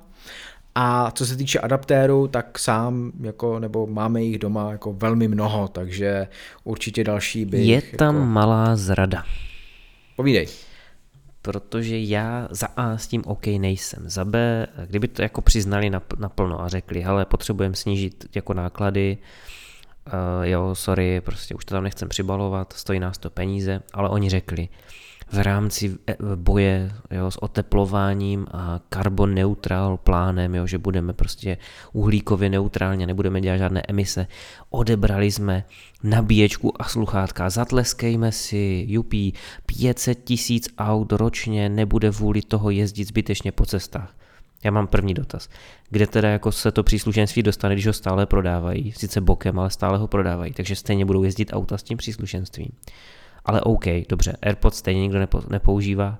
A co se týče adaptéru, tak sám, jako, nebo máme jich doma jako velmi mnoho, takže určitě další bych... Je tam jako... malá zrada. Povídej. Protože já za A s tím OK nejsem. Za B, kdyby to jako přiznali naplno a řekli, hele, potřebujeme snížit jako náklady, uh, jo, sorry, prostě už to tam nechcem přibalovat, stojí nás to peníze, ale oni řekli, v rámci boje, jo, s oteplováním a carbon neutral plánem, jo, že budeme prostě uhlíkově neutrálně, nebudeme dělat žádné emise. Odebrali jsme nabíječku a sluchátka, zatleskejme si, jupí, pět set tisíc aut ročně nebude vůli toho jezdit zbytečně po cestách. Já mám první dotaz. Kde teda jako se to příslušenství dostane, když ho stále prodávají, sice bokem, ale stále ho prodávají, takže stejně budou jezdit auta s tím příslušenstvím. Ale OK, dobře, AirPods stejně nikdo nepo, nepoužívá.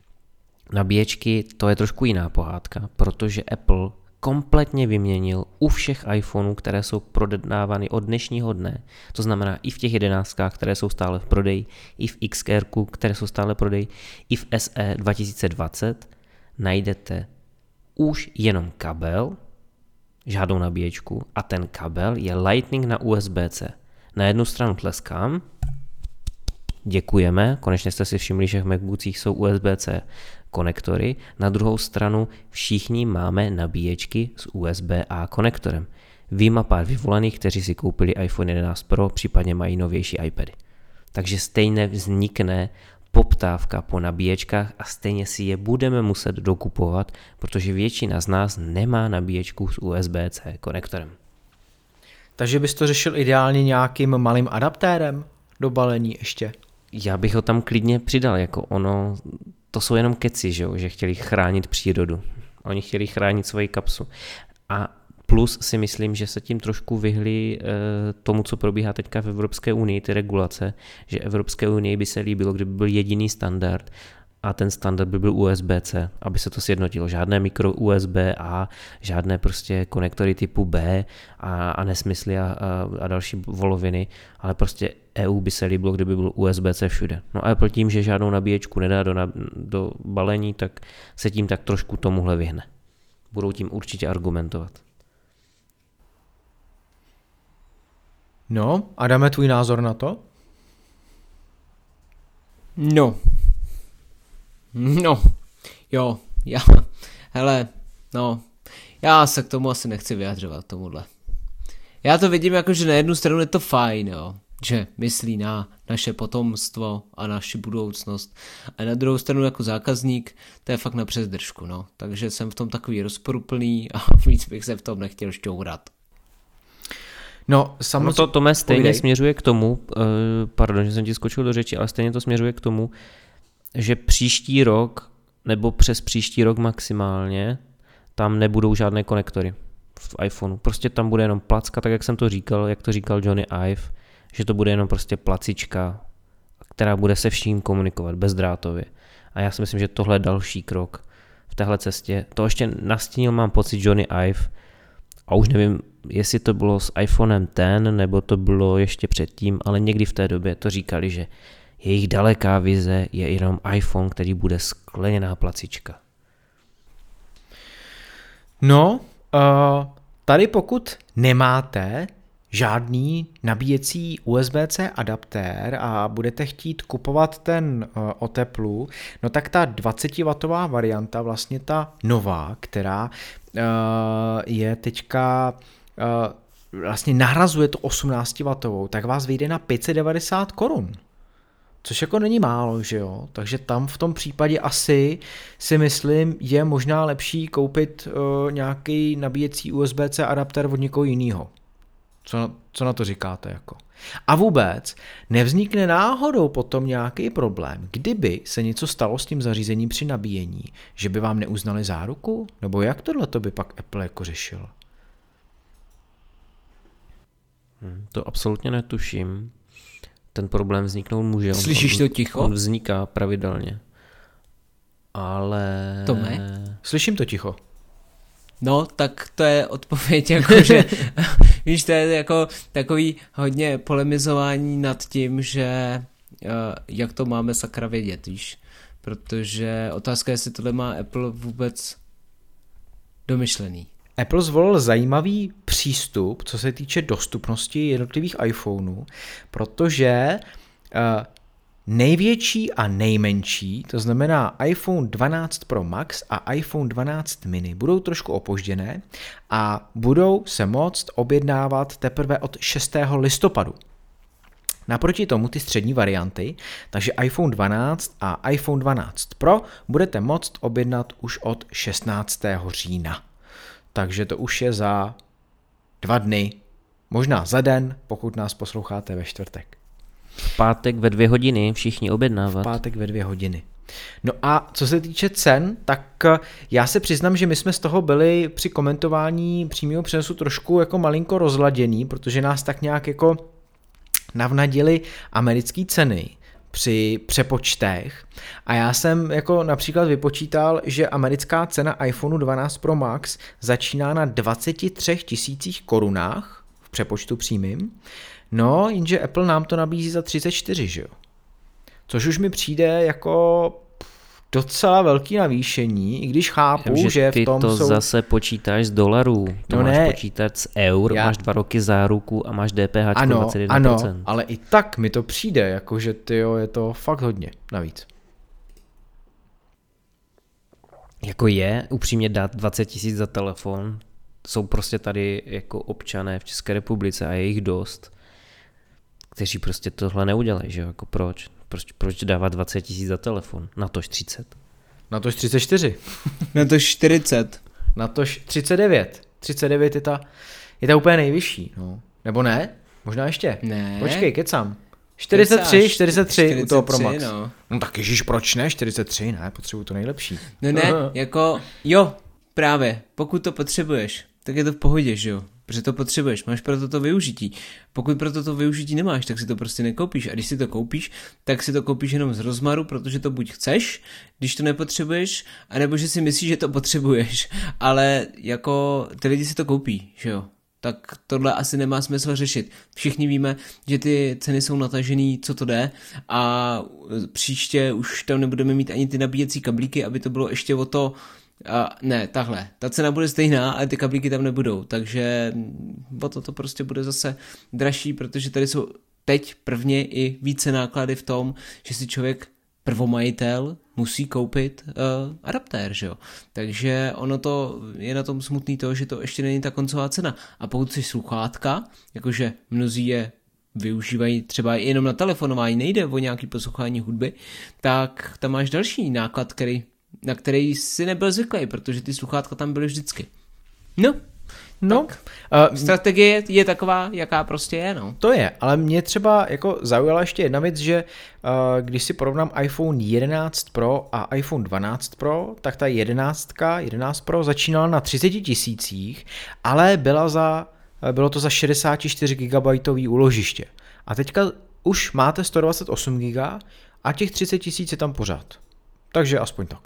Nabíječky, to je trošku jiná pohádka, protože Apple kompletně vyměnil u všech iPhoneů, které jsou prodávány od dnešního dne, to znamená i v těch jedenáctkách, které jsou stále v prodeji, i v X R, které jsou stále v prodeji, i v S E dva tisíce dvacet, najdete už jenom kabel, žádnou nabíječku, a ten kabel je Lightning na U S B C. Na jednu stranu tleskám, děkujeme, konečně jste si všimli, že v MacBookích jsou U S B C konektory, na druhou stranu všichni máme nabíječky s U S B A konektorem. Výjima pár vyvolaných, kteří si koupili iPhone jedenáct Pro, případně mají novější iPady. Takže stejně vznikne poptávka po nabíječkách a stejně si je budeme muset dokupovat, protože většina z nás nemá nabíječku s U S B C konektorem. Takže bys to řešil ideálně nějakým malým adaptérem do balení ještě? Já bych ho tam klidně přidal, jako ono, to jsou jenom keci, že, že chtěli chránit přírodu. Oni chtěli chránit svoji kapsu. A plus si myslím, že se tím trošku vyhli e, tomu, co probíhá teďka v Evropské unii, ty regulace, že Evropské unii by se líbilo, kdyby byl jediný standard a ten standard by byl U S B C, aby se to sjednotilo. Žádné mikro U S B A, žádné prostě konektory typu B a, a nesmysly a, a, a další voloviny, ale prostě E U by se líbilo, kdyby byl U S B C všude. No a Apple tím, že žádnou nabíječku nedá do, do balení, tak se tím tak trošku tomuhle vyhne. Budou tím určitě argumentovat. No, Adame, tvůj názor na to? No. No. Jo, já, hele, no, já se k tomu asi nechci vyjadřovat, tomuhle. Já to vidím jako, že na jednu stranu je to fajn, jo, že myslí na naše potomstvo a naši budoucnost. A na druhou stranu jako zákazník, to je fakt na přezdržku, no. Takže jsem v tom takový rozporuplný a víc bych se v tom nechtěl šťourat. No, samozřejmě. No to Tome stejně Povídej. směřuje k tomu, uh, pardon, že jsem ti skočil do řeči, ale stejně to směřuje k tomu, že příští rok, nebo přes příští rok maximálně, tam nebudou žádné konektory v iPhoneu. Prostě tam bude jenom placka, tak jak jsem to říkal, jak to říkal Johnny Ive, že to bude jenom prostě placička, která bude se vším komunikovat bezdrátově. A já si myslím, že tohle je další krok v téhle cestě. To ještě nastínil, mám pocit, Johnny Ive, a už nevím, jestli to bylo s iPhonem X, nebo to bylo ještě předtím, ale někdy v té době to říkali, že jejich daleká vize je jenom iPhone, který bude skleněná placička. No, uh, tady pokud nemáte žádný nabíjecí U S B C adaptér a budete chtít kupovat ten uh, o teplu, no tak ta dvacetiwatová varianta, vlastně ta nová, která uh, je teďka uh, vlastně nahrazuje tu osmnáctiwatovou, tak vás vyjde na pět set devadesát korun. Což jako není málo, že jo? Takže tam v tom případě asi si myslím, je možná lepší koupit uh, nějaký nabíjecí U S B C adaptér od někoho jiného. Co na, co na to říkáte jako? A vůbec nevznikne náhodou potom nějaký problém, kdyby se něco stalo s tím zařízením při nabíjení, že by vám neuznali záruku? Nebo jak tohle to by pak Apple jako řešil? Hmm, to absolutně netuším. Ten problém vzniknout může. Slyšíš to ticho? On vzniká pravidelně. Ale... Tome? Slyším to ticho. No, tak to je odpověď, jako že, víš, to je jako takový hodně polemizování nad tím, že uh, jak to máme sakra vědět, víš, protože otázka je, jestli tohle má Apple vůbec domyšlený. Apple zvolil zajímavý přístup, co se týče dostupnosti jednotlivých iPhoneů, protože uh, největší a nejmenší, to znamená iPhone dvanáct Pro Max a iPhone dvanáct mini, budou trošku opožděné a budou se moct objednávat teprve od šestého listopadu. Naproti tomu ty střední varianty, takže iPhone dvanáct a iPhone dvanáct Pro budete moct objednat už od šestnáctého října. Takže to už je za dva dny, možná za den, pokud nás posloucháte ve čtvrtek. V pátek ve dvě hodiny všichni objednávat. V pátek ve dvě hodiny. No a co se týče cen, tak já se přiznám, že my jsme z toho byli při komentování přímého přenosu trošku jako malinko rozladěný, protože nás tak nějak jako navnadili americké ceny při přepočtech a já jsem jako například vypočítal, že americká cena iPhone dvanáct Pro Max začíná na dvacet tři tisících korunách v přepočtu přímým, no jenže Apple nám to nabízí za třicet čtyři, že jo? Což už mi přijde jako docela velký navýšení, i když chápu, Vím, že, že v tom ty to jsou... zase počítáš z dolarů, to no máš ne. počítat z eur, Já... máš dva roky záruku a máš D P H ano, dvacet jedna procent. Ano, ale i tak mi to přijde, jakože tyjo, je to fakt hodně navíc. Jako je, upřímně dát dvacet tisíc za telefon, jsou prostě tady jako občané v České republice a je jich dost, kteří prostě tohle neudělají, že jo, jako proč? Proč, proč dávat dvacet tisíc za telefon? Natož třicet. Natož třicet čtyři. Natož čtyřicet. Natož třicet devět. třicet devět je ta, je ta úplně nejvyšší, no. Nebo ne? Možná ještě. Ne. Počkej, kecám. čtyřicet tři, čtyřicet tři čtyřicet tři u toho Pro Max. No. no tak ježíš, proč ne? čtyřicet tři, ne, potřebuji to nejlepší. No ne, jako, jo, právě, pokud to potřebuješ, tak je to v pohodě, že jo? Protože to potřebuješ, máš pro to to využití. Pokud pro to to využití nemáš, tak si to prostě nekoupíš. A když si to koupíš, tak si to koupíš jenom z rozmaru, protože to buď chceš, když to nepotřebuješ, anebo že si myslíš, že to potřebuješ. Ale jako ty lidi si to koupí, že jo? Tak tohle asi nemá smysl řešit. Všichni víme, že ty ceny jsou natažený, co to jde, a příště už tam nebudeme mít ani ty nabíjecí kablíky, aby to bylo ještě o to. A ne, takhle, ta cena bude stejná, ale ty kablíky tam nebudou, takže o to to prostě bude zase dražší, protože tady jsou teď prvně i více náklady v tom, že si člověk prvomajitel musí koupit uh, adaptér, že jo. Takže ono to je na tom smutný to, že to ještě není ta koncová cena. A pokud jsi sluchátka, jakože mnozí je využívají třeba jenom na telefonování, nejde o nějaký poslouchání hudby, tak tam máš další náklad, který na který si nebyl zvyklý, protože ty sluchátka tam byly vždycky. No, no. Uh, strategie je taková, jaká prostě je, no. To je, ale mě třeba jako zaujala ještě jedna věc, že uh, když si porovnám iPhone jedenáct Pro a iPhone dvanáct Pro, tak ta jedenáctka, jedenáct Pro začínala na třicet tisících, ale byla za, bylo to za šedesát čtyři gigabajtů úložiště. A teďka už máte sto dvacet osm gigabajtů a těch třicet tisíc je tam pořád. Takže aspoň tak.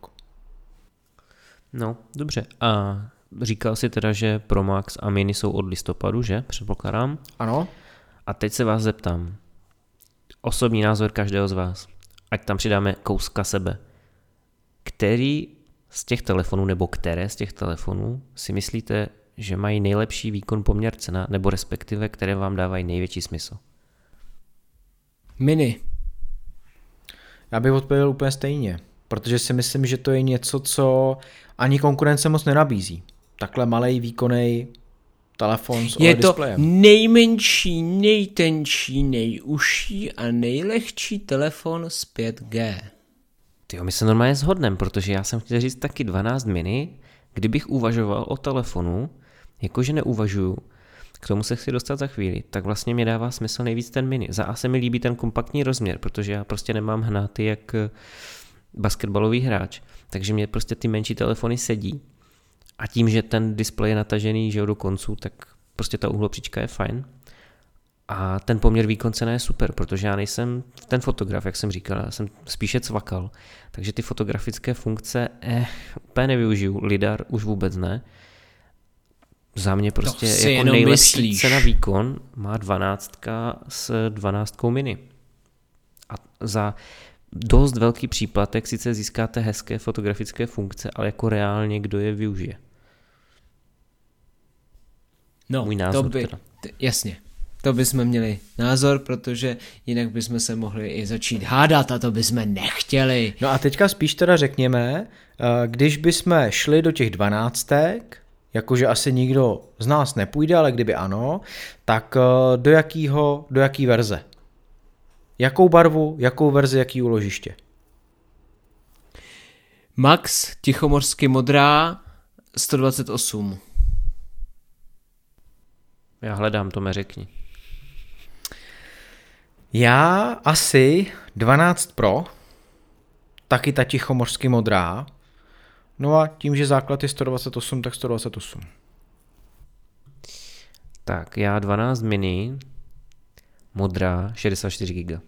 No, dobře. A říkal jsi teda, že Pro Max a Mini jsou od listopadu, že? Předpokládám. Ano. A teď se vás zeptám. Osobní názor každého z vás. Ať tam přidáme kouska sebe. Který z těch telefonů, nebo které z těch telefonů si myslíte, že mají nejlepší výkon poměr cena, nebo respektive, které vám dávají největší smysl? Mini. Já bych odpověděl úplně stejně, protože si myslím, že to je něco, co ani konkurence moc nenabízí. Takhle malej výkonný telefon s O L E D displejem. Je to nejmenší, nejtenčí, nejužší a nejlehčí telefon s pět G. Tyjo, my se normálně shodneme, protože já jsem chtěl říct taky dvanáct mini, kdybych uvažoval o telefonu, jakože neuvažuju, k tomu se chci dostat za chvíli, tak vlastně mi dává smysl nejvíc ten mini. Za A se mi líbí ten kompaktní rozměr, protože já prostě nemám hnáty jak basketbalový hráč, takže mě prostě ty menší telefony sedí. A tím, že ten displej je natažený, že jo, do koncu, tak prostě ta uhlopříčka je fajn. A ten poměr výkon cena je super, protože já nejsem ten fotograf, jak jsem říkal, já jsem spíše cvakal. Takže ty fotografické funkce eh, úplně nevyužiju, lidar už vůbec ne. Za mě prostě jako nejlepší myslíš. Cena výkon má dvanáctka s dvanáctkou mini. A za dost velký příplatek sice získáte hezké fotografické funkce, ale jako reálně kdo je využije. No, můj názor to by, teda. T- jasně, to bychom měli názor, protože jinak bychom se mohli i začít hádat a to bychom nechtěli. No a teďka spíš teda řekněme, když bychom šli do těch dvanáctek, jakože asi nikdo z nás nepůjde, ale kdyby ano, tak do jakýho, do jaký verze? Jakou barvu, jakou verzi, jaký úložiště? Max, tichomořsky modrá, sto dvacet osm. Já hledám, to mi řekni. Já asi dvanáct Pro, taky ta tichomořsky modrá, no a tím, že základ je sto dvacet osm, tak sto dvacet osm. Tak, já dvanáct mini, modrá, šedesát čtyři giga.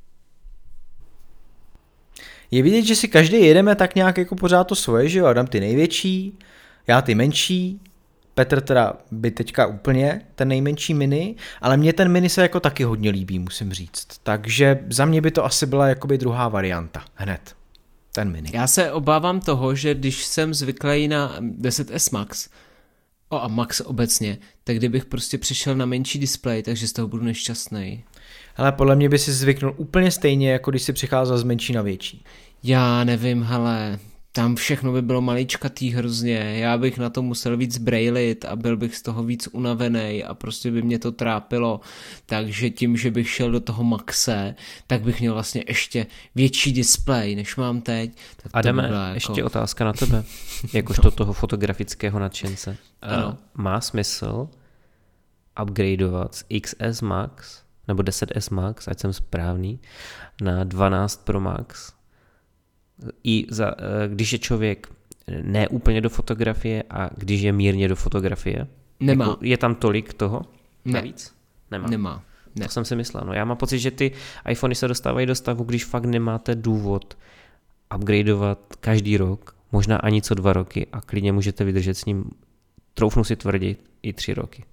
Je vidět, že si každý jedeme tak nějak jako pořád to svoje, že jo? Adam ty největší, já ty menší, Petr teda by teďka úplně ten nejmenší mini, ale mně ten mini se jako taky hodně líbí, musím říct. Takže za mě by to asi byla jakoby druhá varianta, hned, ten mini. Já se obávám toho, že když jsem zvyklý na deset S Max, o a Max obecně, tak kdybych prostě přišel na menší displej, takže z toho budu nešťastný. Hele, podle mě by si zvyknul úplně stejně, jako když si přicházel z menší na větší. Já nevím, hele, tam všechno by bylo maličkatý hrozně, já bych na to musel víc brailit a byl bych z toho víc unavený a prostě by mě to trápilo, takže tím, že bych šel do toho Maxe, tak bych měl vlastně ještě větší displej, než mám teď. Tak Adame, to by jako... ještě otázka na tebe, jakožto toho fotografického nadšence. Ano. Má smysl upgradeovat z X S Max nebo deset S Max, ať jsem správný, na dvanáct Pro Max, i za, když je člověk ne úplně do fotografie a když je mírně do fotografie? Nemá. Jako je tam tolik toho ne. navíc? Nemá. Nemá. Ne. To jsem si myslel. No, já mám pocit, že ty iPhony se dostávají do stavu, když fakt nemáte důvod upgradeovat každý rok, možná ani co dva roky a klidně můžete vydržet s ním, troufnu si tvrdit, i tři roky.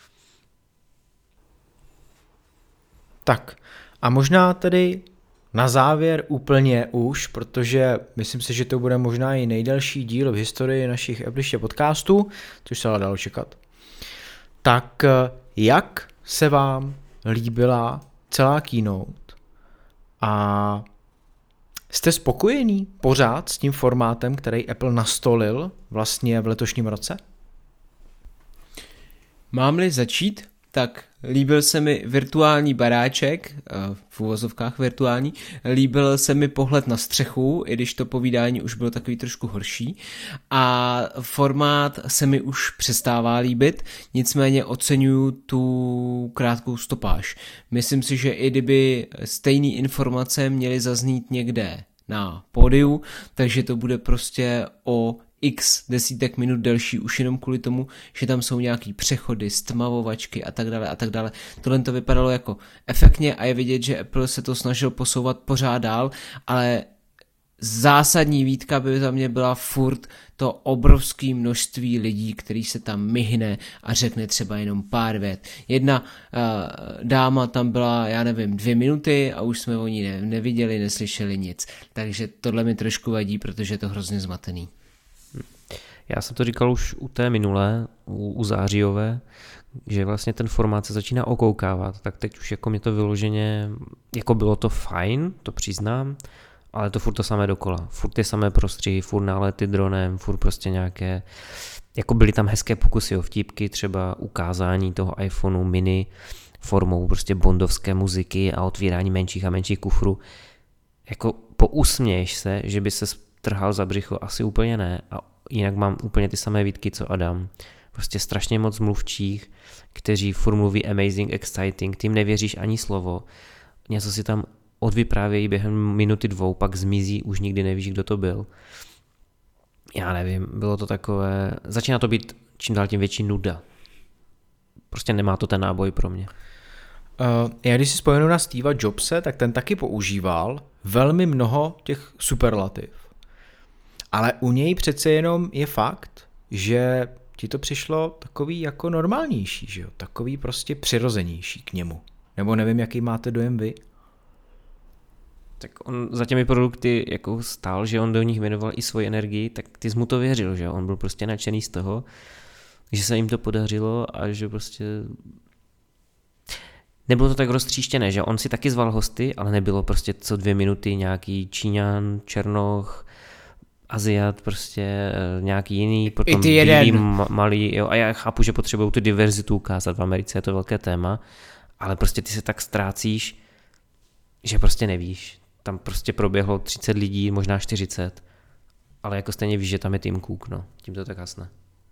Tak a možná tedy na závěr úplně už, protože myslím si, že to bude možná i nejdelší díl v historii našich Appliště podcastů, což se ale dalo čekat. Tak jak se vám líbila celá keynote a jste spokojení pořád s tím formátem, který Apple nastolil vlastně v letošním roce? Mám-li začít? Tak líbil se mi virtuální baráček, v uvozovkách virtuální, líbil se mi pohled na střechu, i když to povídání už bylo takový trošku horší a formát se mi už přestává líbit, nicméně oceňuju tu krátkou stopáž. Myslím si, že i kdyby stejné informace měly zaznít někde na pódiu, takže to bude prostě o x desítek minut delší už jenom kvůli tomu, že tam jsou nějaký přechody, stmavovačky a tak dále a tak dále. Tohle to vypadalo jako efektně a je vidět, že Apple se to snažil posouvat pořád dál, ale zásadní výtka by za mě byla furt to obrovské množství lidí, který se tam myhne a řekne třeba jenom pár vět. Jedna uh, dáma tam byla, já nevím, dvě minuty a už jsme o ní ne, neviděli, neslyšeli nic. Takže tohle mi trošku vadí, protože je to hrozně zmatený. Já jsem to říkal už u té minulé, u, u zářijové, že vlastně ten formát se začíná okoukávat, tak teď už jako mě to vyloženě, jako bylo to fajn, to přiznám, ale to furt to samé dokola. Furt ty samé prostřihy, furt nálety dronem, furt prostě nějaké, jako byly tam hezké pokusy o vtípky, třeba ukázání toho iPhoneu mini formou prostě bondovské muziky a otvírání menších a menších kufrů. Jako pousměješ se, že by se trhal za břicho, asi úplně ne, a jinak mám úplně ty samé výtky, co Adam. Prostě strašně moc mluvčích, kteří furt mluví amazing, exciting, tím nevěříš ani slovo. Něco si tam odvyprávějí během minuty dvou, pak zmizí, už nikdy nevíš, kdo to byl. Já nevím, bylo to takové, začíná to být čím dál tím větší nuda. Prostě nemá to ten náboj pro mě. Uh, já když si vzpomenu na Steva Jobse, tak ten taky používal velmi mnoho těch superlativ. Ale u něj přece jenom je fakt, že ti to přišlo takový jako normálnější, že jo? Takový prostě přirozenější k němu. Nebo nevím, jaký máte dojem vy? Tak on za těmi produkty jako stál, že on do nich věnoval i svoji energii, tak ty jsi mu to věřil, že on byl prostě nadšený z toho, že se jim to podařilo a že prostě nebylo to tak roztříštěné, že on si taky zval hosty, ale nebylo prostě co dvě minuty nějaký Číňan, Černoch, Aziat, prostě nějaký jiný, potom bílý, malý, jo, a já chápu, že potřebují tu diverzitu ukázat, v Americe je to velké téma, ale prostě ty se tak ztrácíš, že prostě nevíš. Tam prostě proběhlo třicet lidí, možná čtyřicet, ale jako stejně víš, že tam je Tim Cook, no, tím to tak jasné.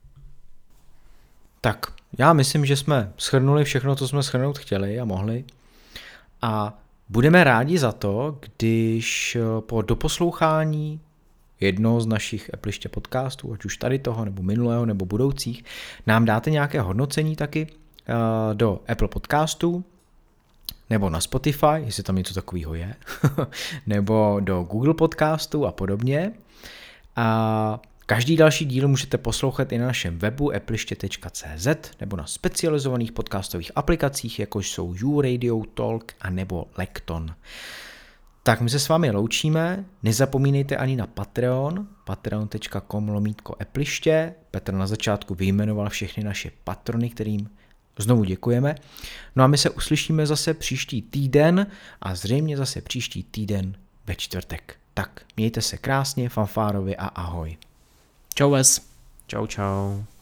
Tak, já myslím, že jsme shrnuli všechno, co jsme shrnout chtěli a mohli a budeme rádi za to, když po doposlouchání jednoho z našich Appliště podcastů, ať už tady toho, nebo minulého, nebo budoucích, nám dáte nějaké hodnocení taky uh, do Apple podcastů, nebo na Spotify, jestli tam něco takového je, nebo do Google podcastů a podobně. A každý další díl můžete poslouchat i na našem webu appliště tečka cé zet nebo na specializovaných podcastových aplikacích, jako jsou YouRadio, Talk a nebo Lekton. Tak my se s vámi loučíme, nezapomínejte ani na Patreon, patreon tečka com lomítko Appliště. Petr na začátku vyjmenoval všechny naše patrony, kterým znovu děkujeme. No a my se uslyšíme zase příští týden a zřejmě zase příští týden ve čtvrtek. Tak, mějte se krásně, fanfárově a ahoj. Čau ves. Čau, čau.